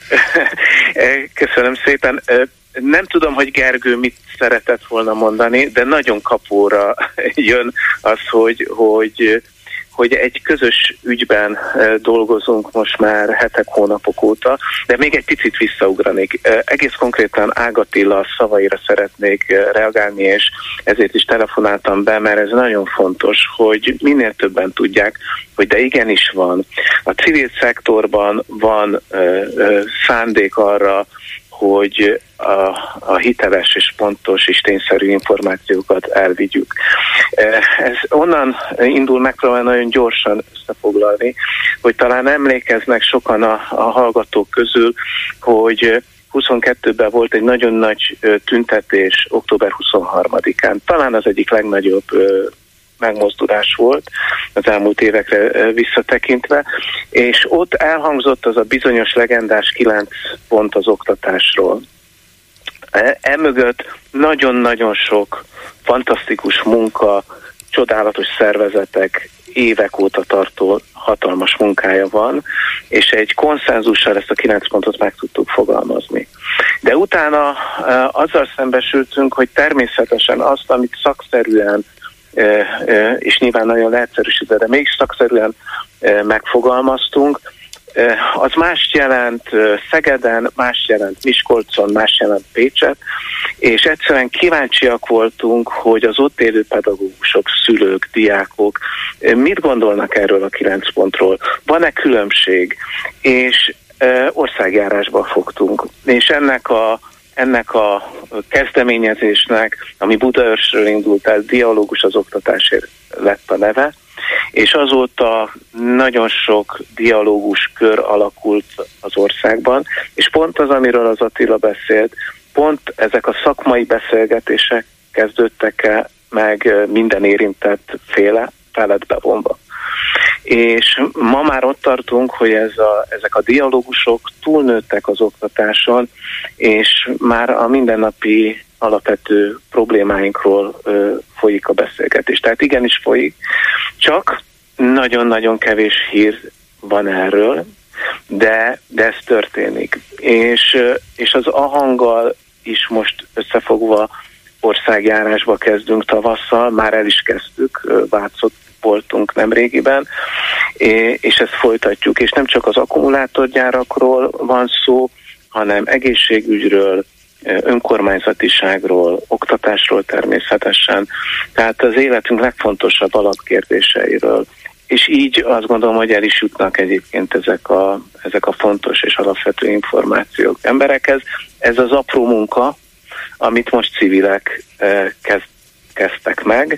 Köszönöm szépen. Nem tudom, hogy Gergő mit szeretett volna mondani, de nagyon kapóra jön az, hogy, hogy hogy egy közös ügyben dolgozunk most már hetek, hónapok óta, de még egy picit visszaugranék. Egész konkrétan Ág Attila szavaira szeretnék reagálni, és ezért is telefonáltam be, mert ez nagyon fontos, hogy minél többen tudják, hogy de igenis van. A civil szektorban van ö, ö, szándék arra, hogy a, a hiteles és pontos és tényszerű információkat elvigyük. Ez onnan indul, megpróbálni nagyon gyorsan összefoglalni, hogy talán emlékeznek sokan a, a hallgatók közül, hogy huszonkettőben volt egy nagyon nagy tüntetés október huszonharmadikán. Talán az egyik legnagyobb megmozdulás volt az elmúlt évekre visszatekintve, és ott elhangzott az a bizonyos legendás kilenc pont az oktatásról. Emögött nagyon-nagyon sok fantasztikus munka, csodálatos szervezetek, évek óta tartó hatalmas munkája van, és egy konszenzussal ezt a kilenc pontot meg tudtuk fogalmazni. De utána azzal szembesültünk, hogy természetesen azt, amit szakszerűen és nyilván nagyon leegyszerűsítve, de mégis szakszerűen megfogalmaztunk, az mást jelent Szegeden, más jelent Miskolcon, más jelent Pécset, és egyszerűen kíváncsiak voltunk, hogy az ott élő pedagógusok, szülők, diákok mit gondolnak erről a kilenc pontról, van-e különbség, és országjárásba fogtunk. És ennek a ennek a kezdeményezésnek, ami Budaörsről indult el, Dialógus az oktatásért lett a neve, és azóta nagyon sok dialógus kör alakult az országban, és pont az, amiről az Attila beszélt, pont ezek a szakmai beszélgetések kezdődtek el meg minden érintett féle felet bevonva. És ma már ott tartunk, hogy ez a, ezek a dialógusok túlnőttek az oktatáson, és már a mindennapi alapvető problémáinkról ö, folyik a beszélgetés. Tehát igenis folyik, csak nagyon-nagyon kevés hír van erről, de, de ez történik. És, és az ahanggal is most összefogva országjárásba kezdünk tavasszal, már el is kezdtük, Vácot voltunk nemrégiben, és ezt folytatjuk. És nem csak az akkumulátorgyárakról van szó, hanem egészségügyről, önkormányzatiságról, oktatásról természetesen. Tehát az életünk legfontosabb alapkérdéseiről. És így azt gondolom, hogy el is jutnak egyébként ezek a, ezek a fontos és alapvető információk emberekhez. Ez az apró munka, amit most civilek kezd, kezdtek meg,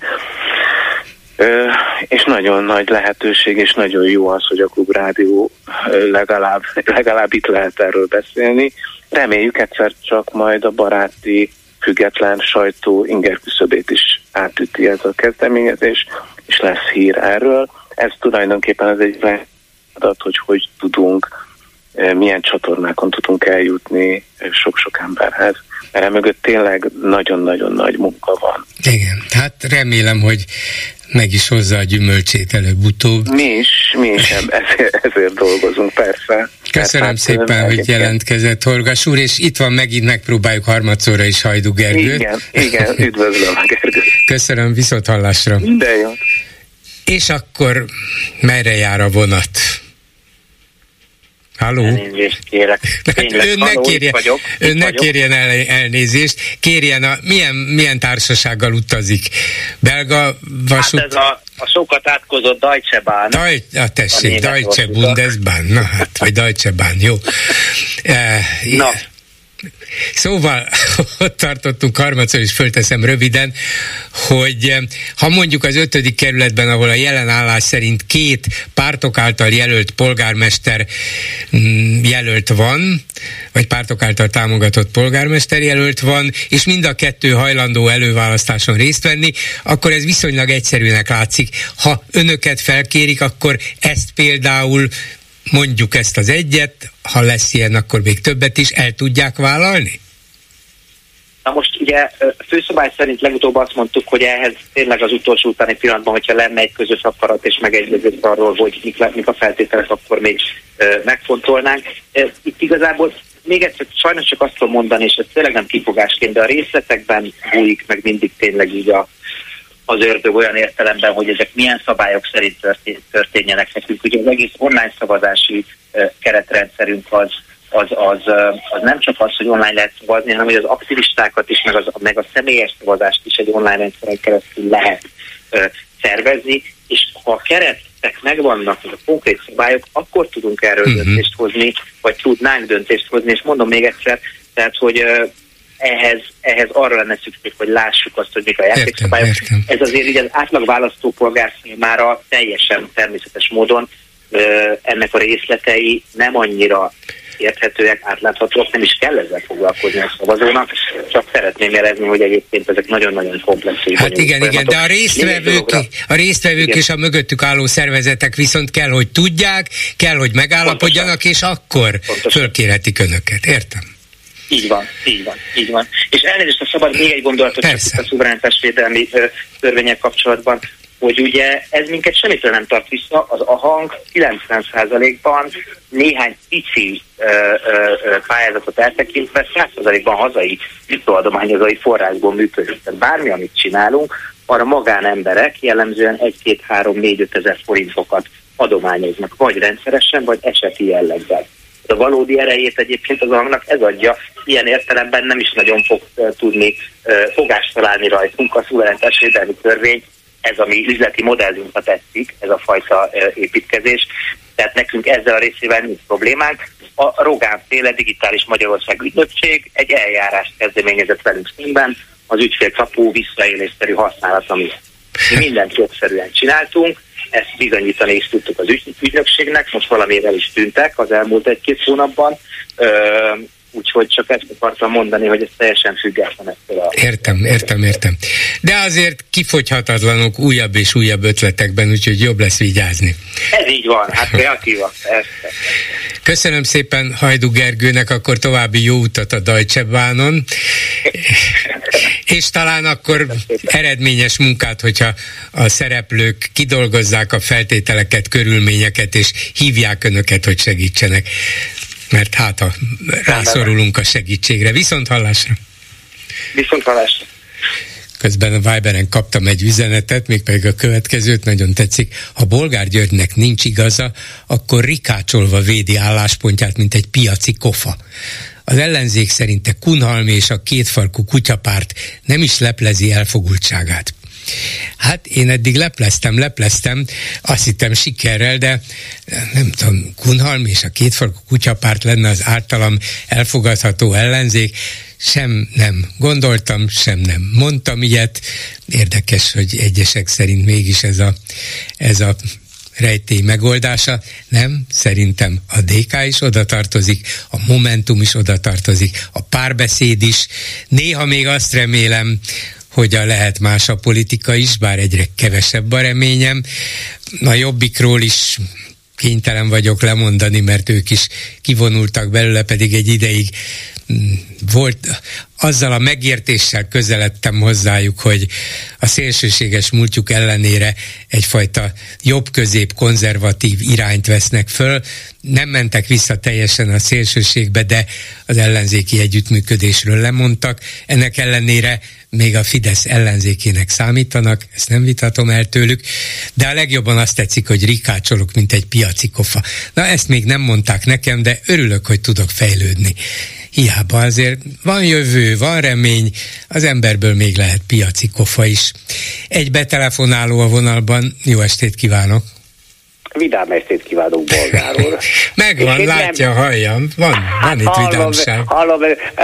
és nagyon nagy lehetőség, és nagyon jó az, hogy a Klubrádió legalább, legalább itt lehet erről beszélni. Reméljük egyszer csak majd a baráti, független sajtó ingerküszöbét is átüti ez a kezdeményezés, és lesz hír erről. Ez tulajdonképpen az egy feladat, hogy hogy tudunk, milyen csatornákon tudunk eljutni sok-sok emberhez. Mert mögött tényleg nagyon-nagyon nagy munka van. Igen, hát remélem, hogy meg is hozza a gyümölcsét előbb-utóbb. Mi is, mi is ezért, ezért dolgozunk, persze. Köszönöm hát, szépen, hogy egyébként jelentkezett Horgas úr, és itt van megint, megpróbáljuk harmadszorra is Hajdú Gergőt. Igen, igen, üdvözlöm a Gergőt. Köszönöm, viszont hallásra. De jó. És akkor merre jár a vonat? Halló? Elnézést kérek. Tényleg, ön halló, ne kérjen, vagyok, ön ne kérjen el, elnézést, kérjen a, milyen, milyen társasággal utazik? Belga vasút? Hát ez a, a sokat átkozott Deutsche Bahn. Deutsche, ah, tessék, Deutsche Bundesbahn, na hát, vagy Deutsche Bahn, jó. E, na. Szóval ott tartottunk harmadszor, és fölteszem röviden, hogy ha mondjuk az ötödik kerületben, ahol a jelen állás szerint két pártok által jelölt polgármester jelölt van, vagy pártok által támogatott polgármester jelölt van, és mind a kettő hajlandó előválasztáson részt venni, akkor ez viszonylag egyszerűnek látszik. Ha önöket felkérik, akkor ezt például mondjuk ezt az egyet, ha lesz ilyen, akkor még többet is el tudják vállalni? Na most ugye főszabály szerint legutóbb azt mondtuk, hogy ehhez tényleg az utolsó utáni pillanatban, hogyha lenne egy közös akarat és megegyezés arról, hogy mik, mik a feltételek, akkor még uh, megfontolnánk. Uh, itt igazából még egyszer sajnos csak azt tudom mondani, és ez tényleg nem kifogásként, de a részletekben bújik meg mindig tényleg így a az ördög olyan értelemben, hogy ezek milyen szabályok szerint történjenek nekünk. Ugye az egész online szavazási uh, keretrendszerünk az, az, az, uh, az nem csak az, hogy online lehet szavazni, hanem hogy az aktivistákat is, meg, az, meg a személyes szavazást is egy online rendszeren keresztül lehet uh, szervezni, és ha a keretek megvannak, az a konkrét szabályok, akkor tudunk erről uh-huh. döntést hozni, vagy tudnánk döntést hozni, és mondom még egyszer, tehát, hogy uh, Ehhez, ehhez arra lenne szükség, hogy lássuk azt, hogy mik a játékszabályok. Ez azért így az átlag választópolgár számára teljesen természetes módon ö, ennek a részletei nem annyira érthetőek, átláthatóak, nem is kell ezzel foglalkozni a szavazónak, csak szeretném jelezni, hogy egyébként ezek nagyon-nagyon komplex. Hát igen, igen, de a résztvevők, a résztvevők és a mögöttük álló szervezetek viszont kell, hogy tudják, kell, hogy megállapodjanak, Pontosan. És akkor Pontosan. Fölkérhetik önöket. Értem? Így van, így van, így van. És elnézést, a szabad még egy gondolatot csak itt a szuverenitásvédelmi törvények kapcsolatban, hogy ugye ez minket semmitől nem tart vissza, az ahang kilencven százalékban néhány pici ö, ö, pályázatot eltekintve száz százalékban hazai kriptoadományozói forrásból működik. Tehát bármi, amit csinálunk, arra magánemberek jellemzően egy-két-három-négy-öt ezer forintokat adományoznak, vagy rendszeresen, vagy eseti jelleggel. A valódi erejét egyébként az ahangnak ez adja, ilyen értelemben nem is nagyon fog uh, tudni uh, fogást találni rajtunk a szuverenitásvédelmi törvény, ez a mi üzleti modellünkre tetszik, ez a fajta uh, építkezés, tehát nekünk ezzel a részével nincs problémánk. A Rogán-féle Digitális Magyarország ügynökség egy eljárást kezdeményezett velünk szemben, az ügyfélkapu visszaélésszerű használat, amit mi mindent jogszerűen csináltunk, ezt bizonyítani is tudtuk az ügy, ügynökségnek, most valamivel is tűntek az elmúlt egy-két hónapban, ö, úgyhogy csak ezt akartam mondani, hogy ez teljesen független ettől a... Értem, értem, értem. De azért kifogyhatatlanok újabb és újabb ötletekben, úgyhogy jobb lesz vigyázni. Ez így van, hát kreatívak, persze. Köszönöm szépen Hajdú Gergőnek, akkor további jó utat a Deutsche Bahnon, és talán akkor eredményes munkát, hogyha a szereplők kidolgozzák a feltételeket, körülményeket, és hívják önöket, hogy segítsenek. Mert hát a, rászorulunk a segítségre. Viszont hallásra! Viszont hallásra! Közben a Viberen kaptam egy üzenetet, mégpedig a következőt, nagyon tetszik. Ha Bolgár Györgynek nincs igaza, akkor rikácsolva védi álláspontját, mint egy piaci kofa. Az ellenzék szerinte Kunhalmi és a kétfarkú kutyapárt nem is leplezi elfogultságát. Hát én eddig lepleztem, lepleztem, azt hittem sikerrel, de nem tudom, Kunhalmi és a kétfarkú kutyapárt lenne az általam elfogadható ellenzék. Sem nem gondoltam, sem nem mondtam ilyet. Érdekes, hogy egyesek szerint mégis ez a, ez a rejtély megoldása. Nem, szerintem a dé ká is oda tartozik, a Momentum is oda tartozik, a Párbeszéd is. Néha még azt remélem, hogy a lehet más a politika is, bár egyre kevesebb a reményem. A Jobbikról is kénytelen vagyok lemondani, mert ők is kivonultak belőle, pedig egy ideig volt, azzal a megértéssel közeledtem hozzájuk, hogy a szélsőséges múltjuk ellenére egyfajta jobb-közép konzervatív irányt vesznek föl. Nem mentek vissza teljesen a szélsőségbe, de az ellenzéki együttműködésről lemondtak. Ennek ellenére még a Fidesz ellenzékének számítanak, ezt nem vitatom el tőlük, de a legjobban azt tetszik, hogy rikácsolok, mint egy piaci kofa. Na, ezt még nem mondták nekem, de örülök, hogy tudok fejlődni. Hiába azért van jövő, van remény, az emberből még lehet piaci kofa is. Egy betelefonáló a vonalban, jó estét kívánok! Vidám estét kívánok, Bolgár úr. Megvan, látja, nem... halljam, van, hát van itt hallom, vidámság. Hallom,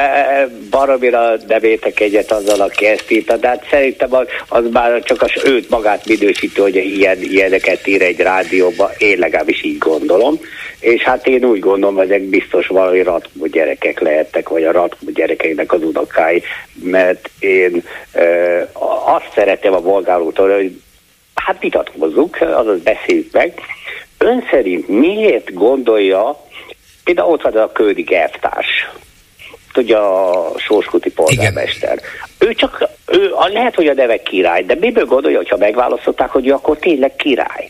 baromira nevétek egyet azzal, aki ezt írta, de hát szerintem az, az már csak az őt magát minősítő, hogy ilyen, ilyeneket ír egy rádióba, én legalábbis így gondolom. És hát én úgy gondolom, hogy ezek biztos valami ratkó gyerekek lehettek, vagy a ratkó gyerekeknek az unokái, mert én e, azt szeretem a Bolgár úrtól, hogy hát vitatkozzunk, azaz beszéljük meg. Ön szerint miért gondolja, például ott van a König elvtárs, tudja, a Sóskuti polgármester. Igen. Ő csak, ő, lehet, hogy a neve király, de miből gondolja, hogyha megválasztották, hogy ő akkor tényleg király?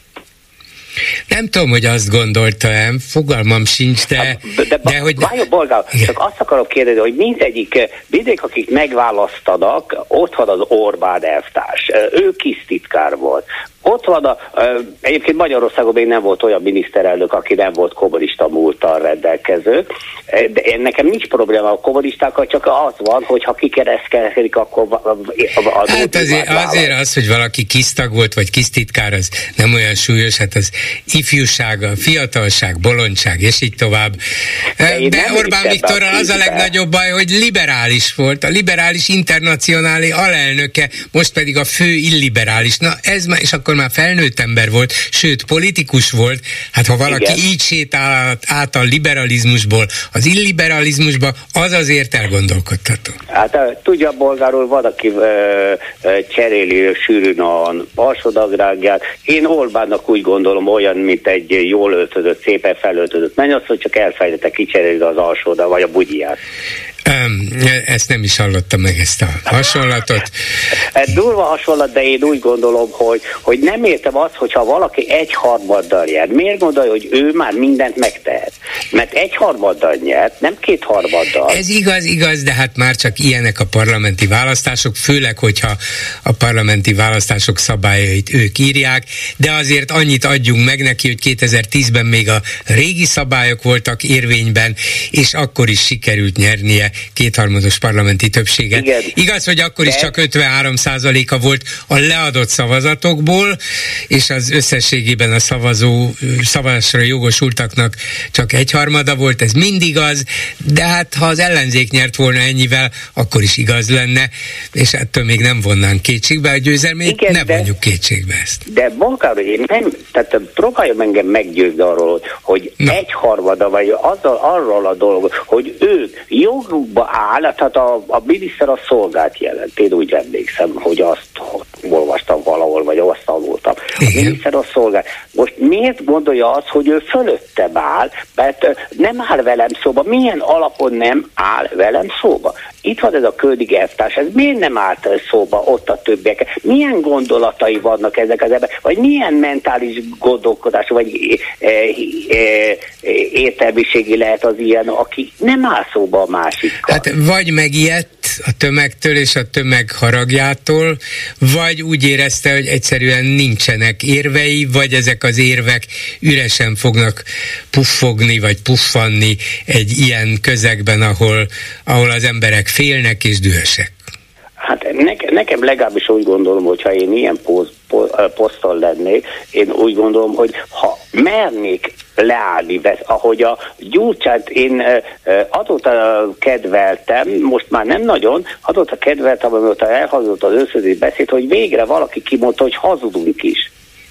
Nem tudom, hogy azt gondolta-e, fogalmam sincs, de... De, de, de hogy... Várjon, Bolgár, csak azt akarom kérdezni, hogy mindegyik, mindegyik, akik megválasztanak, ott van az Orbán elvtárs. Ő kis titkár volt. Ott van a, egyébként Magyarországon még nem volt olyan miniszterelnök, aki nem volt kommunista múlttal rendelkező, de én nekem nincs probléma a kommunistákkal, csak az van, hogy ha kikereszkedik, akkor a hát azért, azért az, hogy valaki kisztag volt, vagy kisztitkár, az nem olyan súlyos, hát az ifjúság, a fiatalság, bolondság, és így tovább. De, de Orbán Viktorral az a legnagyobb baj, hogy liberális volt, a liberális internacionálé alelnöke, most pedig a fő illiberális. Na ez már, és akkor már felnőtt ember volt, sőt politikus volt, hát ha valaki igen. így sétál át a liberalizmusból az illiberalizmusba, az azért elgondolkodható. Hát tudja, Bolgáról van, aki uh, cseréli sűrűn a alsódagrágját. Én Orbánnak úgy gondolom olyan, mint egy jól öltözött, szépen felöltözött mennyasszony, csak elfelejtette kicserélni az alsódag, vagy a bugyját. Um, ezt nem is hallottam meg, ezt a hasonlatot. Durva hasonlat, de én úgy gondolom, hogy, hogy nem értem azt, hogyha valaki egyharmaddal nyer. Miért gondolja, hogy ő már mindent megtehet? Mert egyharmaddal nyert, nem kétharmaddal. Ez igaz, igaz, de hát már csak ilyenek a parlamenti választások, főleg, hogyha a parlamenti választások szabályait ők írják, de azért annyit adjunk meg neki, hogy kétezer-tízben még a régi szabályok voltak érvényben, és akkor is sikerült nyernie kétharmados parlamenti többséget. Igen. Igaz, hogy akkor is csak ötvenhárom százaléka volt a leadott szavazatokból, és az összességében a szavazó, szavazásra jogosultaknak csak egy egyharmada volt, ez mindig az, de hát ha az ellenzék nyert volna ennyivel, akkor is igaz lenne, és ettől még nem vonnánk kétségbe a győzelmét, igen, ne de, vonjuk kétségbe ezt. De Bolgár, én nem, tehát próbáljam engem meggyőzni arról, hogy Na. egyharmada, vagy azzal, arról a dolog, hogy ők jogukba áll, tehát a, a miniszter a szolgált jelent, én úgy emlékszem, hogy azt olvastam valahol, vagy azt tanultam. A miniszter a szolgált. Most miért gondolja azt, hogy ő fölöttem áll, mert nem áll velem szóba, milyen alapon nem áll velem szóba? Itt van ez a Köldig elvtárs, ez miért nem állt szóba ott a többiek? Milyen gondolatai vannak ezek az emberek, vagy milyen mentális gondolkodás, vagy e, e, e, értelmiségi lehet az ilyen, aki nem áll szóba a másikkal? Hát vagy megijedt a tömegtől és a tömeg haragjától, vagy úgy érezte, hogy egyszerűen nincsenek érvei, vagy ezek az érvek üresen fognak puffogni, vagy puffanni egy ilyen közegben, ahol, ahol az emberek félnek és dühösek. Hát nekem, nekem legalábbis úgy gondolom, hogyha én ilyen poz, poz, poszton lennék, én úgy gondolom, hogy ha mernék leállni, ahogy a Gyurcsányt én azóta kedveltem, most már nem nagyon, azóta kedveltem, amikor elhangzott az összöző beszéd, hogy végre valaki kimondta, hogy hazudunk is.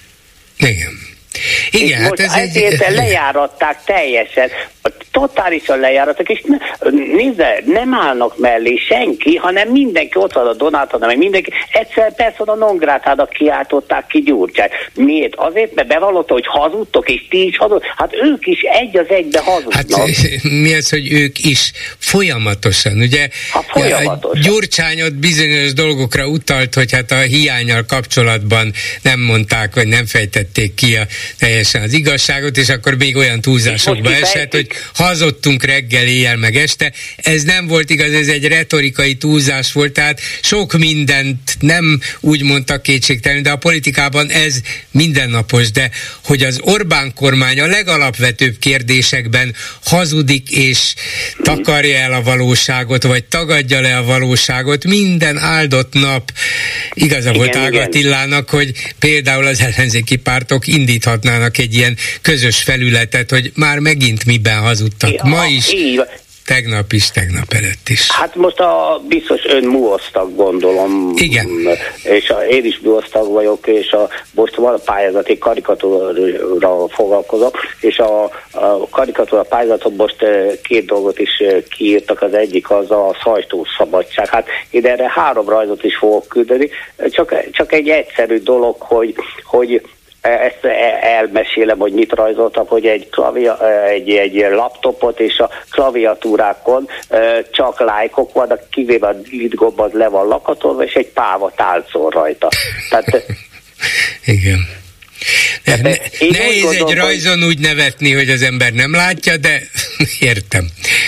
Igen. Igen, és hát most ez ezért egy... lejáratták teljesen, totálisan lejárattak, és ne, nézze, nem állnak mellé senki, hanem mindenki ott van a Donát, hanem mindenki, egyszer persze a non grátának kiáltották ki Gyurcsányt. Miért? Azért, mert bevallotta, hogy hazudtok, és ti is hazudtok. Hát ők is egy az egybe hazudnak. Hát mi az, hogy ők is folyamatosan, ugye? Hát folyamatosan. Gyurcsányot bizonyos dolgokra utalt, hogy hát a hiánnyal kapcsolatban nem mondták, vagy nem fejtették ki a teljesen az igazságot, és akkor még olyan túlzásokba esett, hogy hazudtunk reggel, éjjel, meg este. Ez nem volt igaz, ez egy retorikai túlzás volt, tehát sok mindent nem úgy mondtak kétségtelenül, de a politikában ez mindennapos, de hogy az Orbán kormány a legalapvetőbb kérdésekben hazudik és takarja el a valóságot, vagy tagadja le a valóságot minden áldott nap. Igaza igen, volt Ág Attilának, hogy például az ellenzéki pártok indíthatnának egy ilyen közös felületet, hogy már megint miben hazudtak. Ja, ma is, így. Tegnap is, tegnap előtt is. Hát most a biztos ön muosztag, gondolom. Igen. És a, én is muosztag vagyok, és a, most van a pályázati karikatúra foglalkozok, és a, a karikatúra pályázaton most két dolgot is kiírtak, az egyik az a sajtószabadság. Hát én erre három rajzot is fogok küldeni, csak, csak egy egyszerű dolog, hogy, hogy ezt elmesélem, hogy mit rajzoltam, hogy egy, klavia, egy, egy laptopot és a klaviatúrákon csak lájkok vannak, kivéve a delete gomb az le van lakatolva, és egy páva tálcol rajta. Tehát, igen. Ne, ne, nehéz gondolom, egy rajzon hogy... úgy nevetni, hogy az ember nem látja, de értem.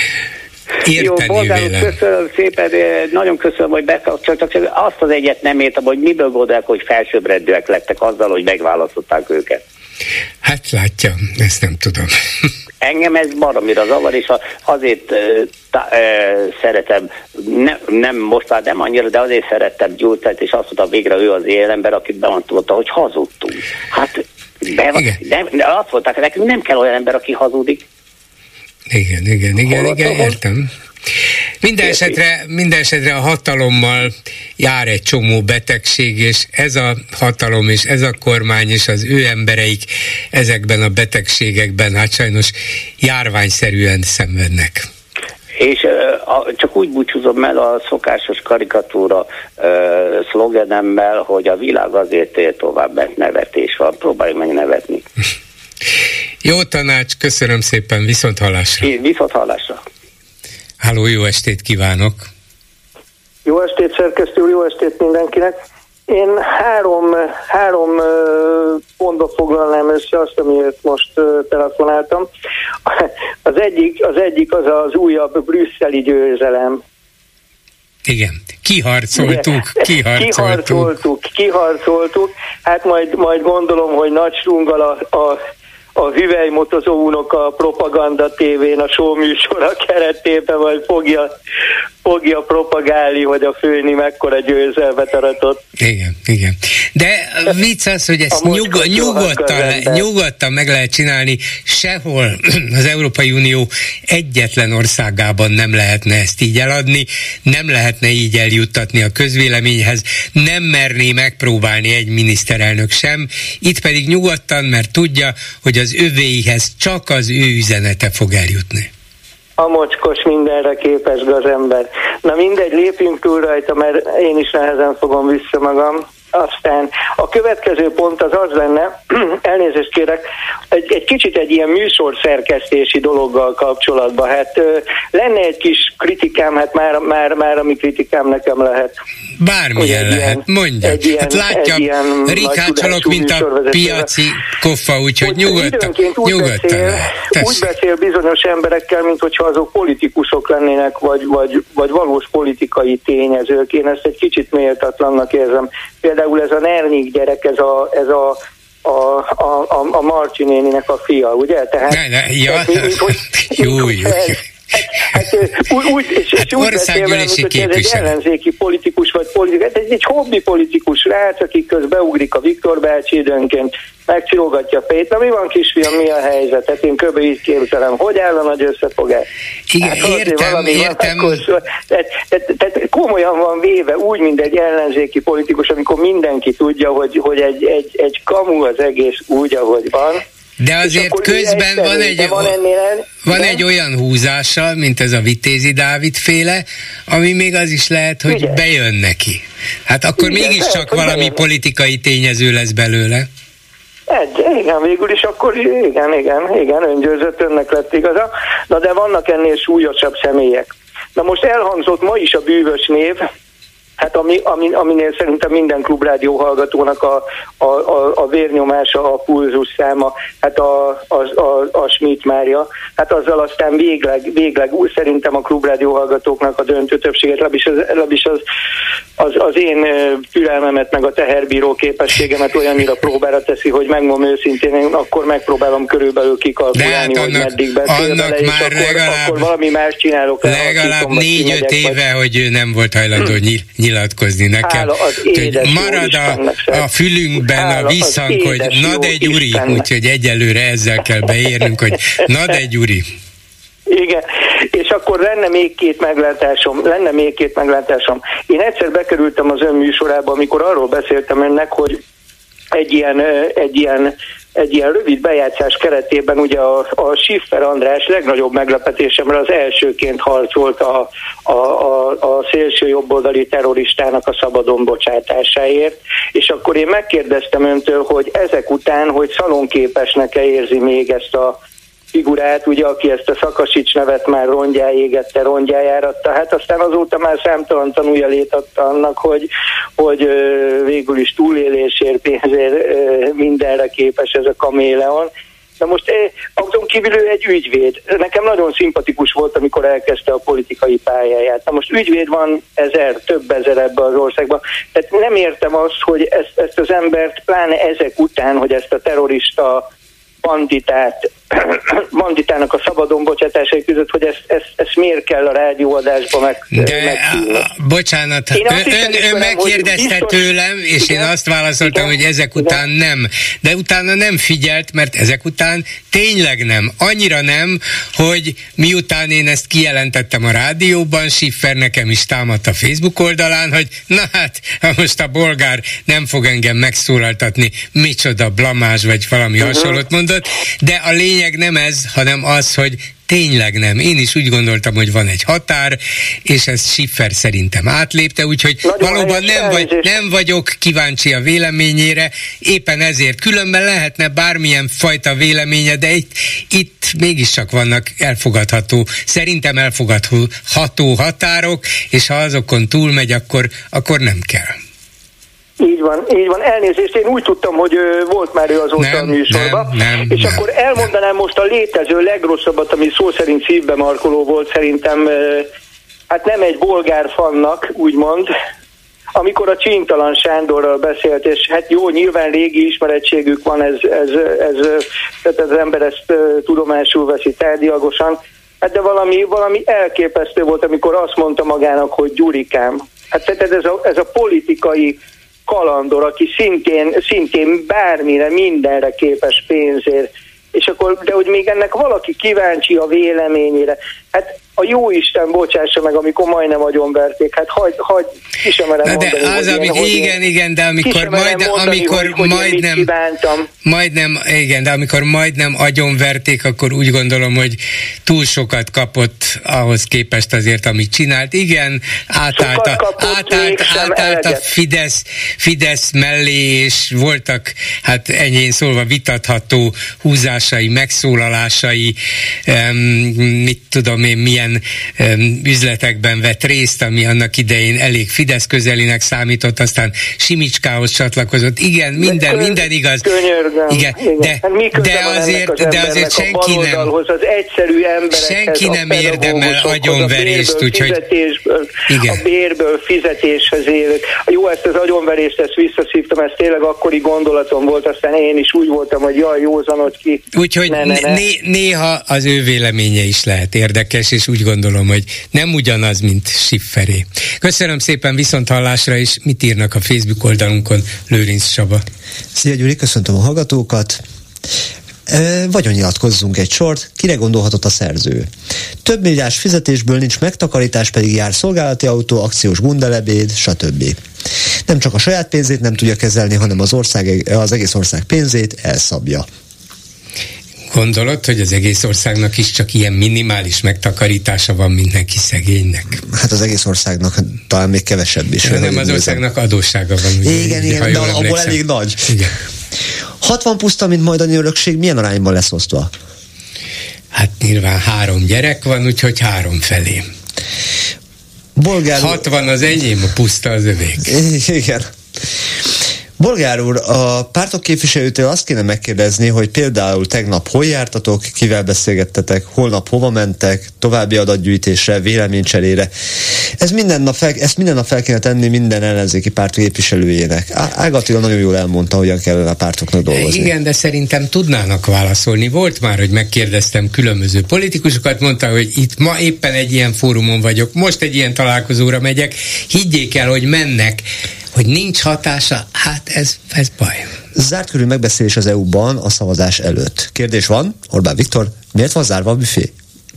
Érteni Jó, Bolgár, köszönöm szépen, nagyon köszönöm, hogy bekapcsoltak, csak azt az egyet nem értem, hogy miből gondolják, hogy felsőbbrendűek lettek azzal, hogy megválasztották őket. Hát látja, ezt nem tudom. Engem ez baromira zavar, és azért tá, e, szeretem, ne, nem most már nem annyira, de azért szerettem Gyurcsányt, és azt mondta, végre ő az élember, aki bemondta, hogy hazudtunk. Hát be, de, de azt mondták, nekünk nem kell olyan ember, aki hazudik. Igen, igen, igen, igen, értem. Minden esetre, minden esetre a hatalommal jár egy csomó betegség, és ez a hatalom, és ez a kormány, és az ő embereik ezekben a betegségekben hát sajnos járványszerűen szenvednek. És uh, csak úgy búcsúzom el a szokásos karikatúra uh, szlogenemmel, hogy a világ azért él tovább, mert nevetés van. Próbáljuk meg nevetni. Jó tanács, köszönöm szépen, viszont hallásra. Viszont hallásra. Halló, jó estét kívánok. Jó estét, szerkesztő úr, jó estét mindenkinek. Én három, három pontba foglalnám össze azt, amiért most telefonáltam. Az egyik, az egyik az az újabb brüsszeli győzelem. Igen, kiharcoltuk, kiharcoltuk. Kiharcoltuk, kiharcoltuk. Hát majd, majd gondolom, hogy nagy slunggal a, a, a hüvelymotozó unoka a Propaganda tévén a show műsora keretében majd fogja, fogja propagálni, hogy a főni mekkora győzelmet aratott. Igen, igen. De vicc az, hogy ezt nyug, nyugodtan, nyugodtan meg lehet csinálni, sehol az Európai Unió egyetlen országában nem lehetne ezt így eladni, nem lehetne így eljuttatni a közvéleményhez, nem merné megpróbálni egy miniszterelnök sem, itt pedig nyugodtan, mert tudja, hogy az övéihez csak az ő üzenete fog eljutni. A mocskos mindenre képes gazember. Na mindegy, lépjünk túl rajta, mert én is nehezen fogom vissza magam. Aztán a következő pont az az lenne, elnézést kérek, egy, egy kicsit egy ilyen műsorszerkesztési dologgal kapcsolatban. Hát lenne egy kis kritikám, hát már, már, már ami kritikám nekem lehet. Bármilyen lehet, ilyen, mondja. Ilyen, hát látja, rikácsolok, mint a piaci koffa, úgyhogy nyugodtan, nyugodtan beszél, úgy beszél bizonyos emberekkel, mint hogyha azok politikusok lennének, vagy, vagy, vagy valós politikai tényezők. Én ezt egy kicsit méltatlannak érzem. Például ez a Nernyik gyerek, ez a, ez a a, a, a, a Marcsi néninek a fia, ugye? Tehát, ne, ne, ja. tehát mint, mint, hogy, jó, jó. Hát, úgy, úgy, és, és hát úgy beszélve, hogy ez egy ellenzéki politikus, vagy politikus, ez egy hobbi politikus rác, aki közben beugrik a Viktor bácsi időnként, megcsilogatja a fejét. Na mi van, kisfiam, mi a helyzet? Hát én kb. Így képzelem, hogy áll a nagy összefogás? Igen, hát, értem, értem. Tehát, tehát, tehát komolyan van véve, úgy, mint egy ellenzéki politikus, amikor mindenki tudja, hogy, hogy egy, egy, egy kamu az egész úgy, ahogy van. De azért közben van egy, van, ennél, van egy olyan húzással, mint ez a Vitézi Dávid féle, ami még az is lehet, hogy igen, bejön neki. Hát akkor igen, mégiscsak valami bejön, politikai tényező lesz belőle. Egy, igen, végül is akkor igen, igen, igen, öngyőzött, önnek lett igaza. Na de vannak ennél súlyosabb személyek. Na most elhangzott ma is a bűvös név, hát ami, ami, aminél szerintem minden klubrádió hallgatónak a, a, a, a vérnyomása, a pulzus száma, hát a, a, a, a Schmidt Mária, hát azzal aztán végleg, végleg úgy szerintem a klubrádió hallgatóknak a döntő többséget, legalábbis az, legalábbis az, az, az én türelmemet, meg a teherbíró képességemet olyannyira próbára teszi, hogy megmondom őszintén, én akkor megpróbálom körülbelül kikalkulálni, hogy annak, meddig beszél vele, és akkor, legalább, akkor valami más csinálok. Legalább négy-öt éve, vagy... hogy ő nem volt hajlandó nyíl nyilatkozni nekem. Hogy marad a, a fülünkben Hála a visszhang, hogy na de Gyuri, úgyhogy egyelőre ezzel kell beérnünk, hogy na de Gyuri. Igen, és akkor lenne még két meglátásom, lenne még két meglátásom. Én egyszer bekerültem az ön műsorába, amikor arról beszéltem önnek, hogy egy ilyen, egy ilyen egy ilyen rövid bejátszás keretében ugye a, a Schiffer András legnagyobb meglepetésemre az elsőként harcolt a, a, a, a szélső jobboldali terroristának a szabadon bocsátásáért, és akkor én megkérdeztem öntől, hogy ezek után, hogy szalonképesnek-e érzi még ezt a figurát, ugye, aki ezt a Szakasics nevet már rongyá égette, rongyá járatta, hát aztán azóta már számtalan tanúja létadta annak, hogy, hogy végül is túlélésért, pénzért mindenre képes ez a kaméleon. Na most azon kívül ő egy ügyvéd. Nekem nagyon szimpatikus volt, amikor elkezdte a politikai pályáját. Na most ügyvéd van ezer, több ezer ebben az országban. Tehát nem értem azt, hogy ezt, ezt az embert, pláne ezek után, hogy ezt a terrorista banditát, banditának a szabadon bocsátásai között, hogy ezt, ezt, ezt miért kell a rádióadásba meg, megszívni. Bocsánat, ön, ön, ön megkérdezte biztos, tőlem, és igen, én azt válaszoltam, igen, hogy ezek után igen, nem. De utána nem figyelt, mert ezek után tényleg nem. Annyira nem, hogy miután én ezt kijelentettem a rádióban, Schiffer nekem is támadt a Facebook oldalán, hogy na hát, most a bolgár nem fog engem megszólaltatni, micsoda blamás, vagy valami uh-huh. hasonlót mondott, de a lényeg nem ez, hanem az, hogy tényleg nem. Én is úgy gondoltam, hogy van egy határ, és ezt Schiffer szerintem átlépte, úgyhogy nagyon valóban nem, vagy, nem vagyok kíváncsi a véleményére, éppen ezért. Különben lehetne bármilyen fajta véleménye, de itt, itt mégiscsak vannak elfogadható, szerintem elfogadható határok, és ha azokon túlmegy, akkor, akkor nem kell. Így van, így van. Elnézést, én úgy tudtam, hogy ö, volt már ő azóta a műsorban. Nem, nem, és nem. Akkor elmondanám most a létező legrosszabbat, ami szó szerint szívbe markoló volt szerintem, ö, hát nem egy bolgár fannak, úgymond, amikor a Csintalan Sándorral beszélt, és hát jó, nyilván régi ismerettségük van, ez, ez, ez, ez az ember ezt ö, tudomásul veszi tárgyilagosan, hát de valami, valami elképesztő volt, amikor azt mondta magának, hogy Gyurikám. Hát tehát ez a, ez a politikai kalandor, aki szintén, szintén bármire, mindenre képes pénzért, és akkor, de hogy még ennek valaki kíváncsi a véleményére, hát a jó Isten bocsássa meg, amikor majdnem agyonverték, hát hagy, hagy ki sem merem mondani. De az, hogy ami, én, igen, én, igen, de amikor, majd, mondani, amikor hogy, hogy majdnem, majdnem, igen, de amikor majdnem agyonverték, akkor úgy gondolom, hogy túl sokat kapott ahhoz képest azért, amit csinált. Igen, átállt, a, átállt, átállt a Fidesz, Fidesz mellé, és voltak, hát enyhén szólva vitatható húzásai, megszólalásai, um, mit tudom én, milyen Um, üzletekben vett részt, ami annak idején elég Fidesz közelinek számított, aztán Simicskához csatlakozott. Igen, minden, köz, minden igaz. Könyörgöm. Igen, igen. De, hát de azért, az de azért senki nem, az egyszerű emberekhez, senki nem érdemel agyonverést, úgyhogy a bérből fizetéshez élők. Jó, ezt az agyonverést, ezt visszaszívtam, ez tényleg akkori gondolatom volt, aztán én is úgy voltam, hogy jaj, józanod ki. Úgyhogy ne, ne, ne. Né- néha az ő véleménye is lehet érdekes, és úgy gondolom, hogy nem ugyanaz, mint Schifferé. Köszönöm szépen, viszont hallásra, és mit írnak a Facebook oldalunkon, Lőrinc Csaba. Szia Gyuri, köszöntöm a hallgatókat. E, vagyonnyilatkozzunk egy sort, kire gondolhatott a szerző. Több milliárds fizetésből nincs megtakarítás, pedig jár szolgálati autó, akciós gundelebéd, stb. Nem csak a saját pénzét nem tudja kezelni, hanem az, ország, az egész ország pénzét elszabja. Gondolod, hogy az egész országnak is csak ilyen minimális megtakarítása van mindenki szegénynek? Hát az egész országnak talán még kevesebb is. Ja, nem, az országnak adóssága van. Ugye, igen, így, igen, de abból elég nagy. Igen. hatvan puszta, mint majdani örökség, milyen arányban lesz osztva? Hát nyilván három gyerek van, úgyhogy három felé. Bolgár... hatvan az enyém, a puszta az övék. Igen. Bolgár úr, a pártok képviselőtől azt kéne megkérdezni, hogy például tegnap hol jártatok, kivel beszélgettetek, holnap hova mentek, további adatgyűjtésre, véleménycserére. Ez minden nap fel, ezt minden nap fel kéne tenni minden ellenzéki párt képviselőjének. Ág Attila nagyon jól elmondta, hogyan kellene a pártoknak dolgozni. Igen, de szerintem tudnának válaszolni. Volt már, hogy megkérdeztem különböző politikusokat, mondta, hogy itt ma éppen egy ilyen fórumon vagyok, most egy ilyen találkozóra megyek, higgyék el, hogy mennek, hogy nincs hatása, hát ez, ez baj. Zárt körű megbeszélés az é u-ban a szavazás előtt. Kérdés van, Orbán Viktor, miért van zárva a büfé?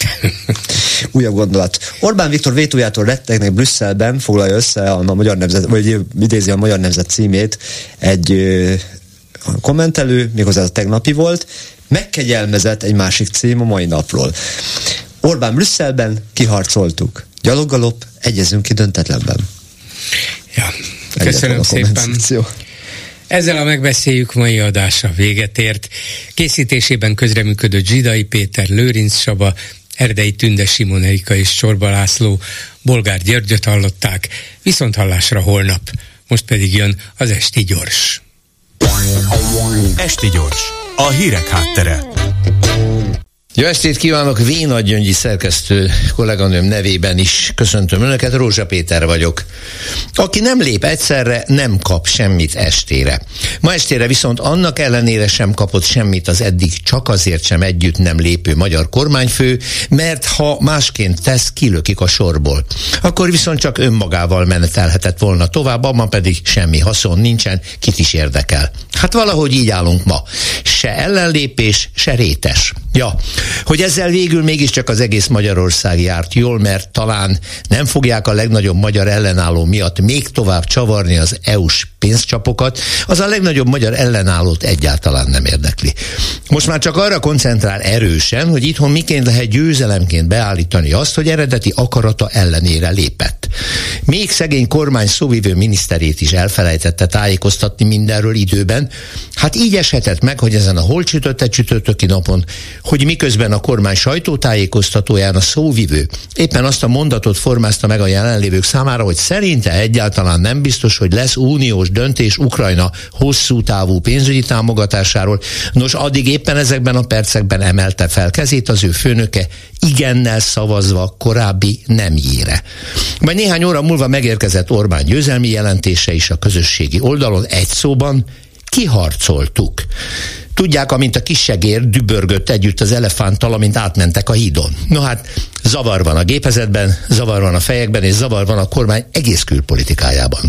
Újabb gondolat. Orbán Viktor vétójától rettegnek Brüsszelben, foglalja össze a Magyar Nemzet, vagy idézi a Magyar Nemzet címét egy ö, kommentelő, méghozzá a tegnapi volt, megkegyelmezett egy másik cím a mai napról. Orbán Brüsszelben, kiharcoltuk. Gyaloggalop, egyezünk ki döntetlenben. Ja. Köszönöm szépen. Ezzel a megbeszéljük mai adása véget ért. Készítésében közreműködött Zsidai Péter, Lőrinc Csaba, Erdei Tünde Simon Erika és Csorba László, Bolgár Györgyöt hallották, viszont hallásra holnap. Most pedig jön az Esti Gyors. Esti Gyors, a hírek háttere. Jó estét kívánok, Véna Gyöngyi szerkesztő kolléganőm nevében is köszöntöm Önöket, Rózsa Péter vagyok. Aki nem lép egyszerre, nem kap semmit estére. Ma estére viszont annak ellenére sem kapott semmit az eddig csak azért sem együtt nem lépő magyar kormányfő, mert ha másként tesz, kilökik a sorból. Akkor viszont csak önmagával menetelhetett volna tovább, abban pedig semmi haszon nincsen, kit is érdekel. Hát valahogy így állunk ma. Se ellenlépés, se rétes. Ja, hogy ezzel végül mégiscsak az egész Magyarország járt jól, mert talán nem fogják a legnagyobb magyar ellenálló miatt még tovább csavarni az é u-s pénzcsapokat, az a legnagyobb magyar ellenállót egyáltalán nem érdekli. Most már csak arra koncentrál erősen, hogy itthon miként lehet győzelemként beállítani azt, hogy eredeti akarata ellenére lépett. Még szegény kormány szóvivő miniszterét is elfelejtette tájékoztatni mindenről időben. Hát így eshetett meg, hogy ezen a hol csütörtök csütörtöki napon, hogy miközben a kormány sajtótájékoztatóján a szóvivő éppen azt a mondatot formázta meg a jelenlévők számára, hogy szerinte egyáltalán nem biztos, hogy lesz uniós döntés Ukrajna hosszú távú pénzügyi támogatásáról. Nos, addig éppen ezekben a percekben emelte fel kezét az ő főnöke, igennel szavazva korábbi nemjére. Majd néhány óra múlva megérkezett Orbán győzelmi jelentése is a közösségi oldalon, egy szóban: kiharcoltuk. Tudják, amint a kissegér dübörgött együtt az elefánttal, amint átmentek a hídon. No hát, zavar van a gépezetben, zavar van a fejekben, és zavar van a kormány egész külpolitikájában.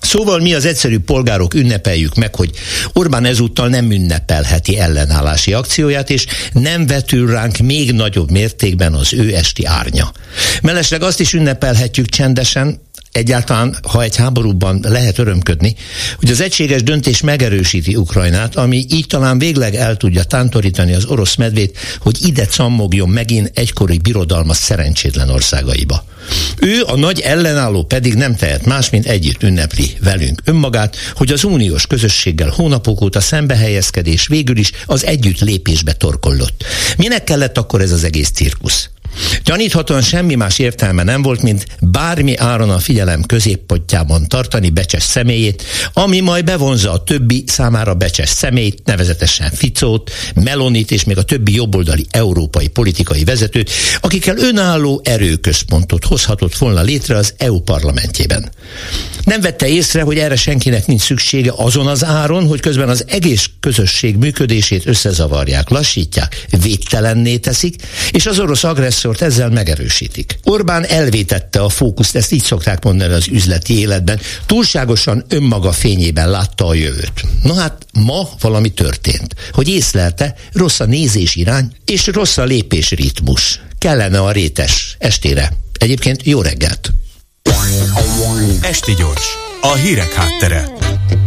Szóval mi az egyszerű polgárok ünnepeljük meg, hogy Orbán ezúttal nem ünnepelheti ellenállási akcióját, és nem vetül ránk még nagyobb mértékben az ő esti árnya. Mellesleg azt is ünnepelhetjük csendesen, egyáltalán, ha egy háborúban lehet örömködni, hogy az egységes döntés megerősíti Ukrajnát, ami így talán végleg el tudja tántorítani az orosz medvét, hogy ide cammogjon megint egykori birodalma szerencsétlen országaiba. Ő, a nagy ellenálló pedig nem tehet más, mint együtt ünnepli velünk önmagát, hogy az uniós közösséggel hónapok óta szembehelyezkedés végül is az együtt lépésbe torkollott. Minek kellett akkor ez az egész cirkusz? Gyaníthatóan semmi más értelme nem volt, mint bármi áron a figyelem középpontjában tartani Becses személyét, ami majd bevonza a többi számára becses személyt, nevezetesen Ficót, Melonit és még a többi jobboldali európai politikai vezetőt, akikkel önálló erőközpontot hozhatott volna létre az é u parlamentjében. Nem vette észre, hogy erre senkinek nincs szüksége azon az áron, hogy közben az egész közösség működését összezavarják, lassítják, védtelenné teszik, és az orosz agresszort ezzel megerősítik. Orbán elvétette a fókuszt, ezt így szokták mondani az üzleti életben, túlságosan önmaga fényében látta a jövőt. Na hát ma valami történt, hogy észlelte, rossz a nézés irány, és rossz a lépés ritmus. Kellene a rétes estére. Egyébként jó reggelt! Esti gyors, a hírek háttere.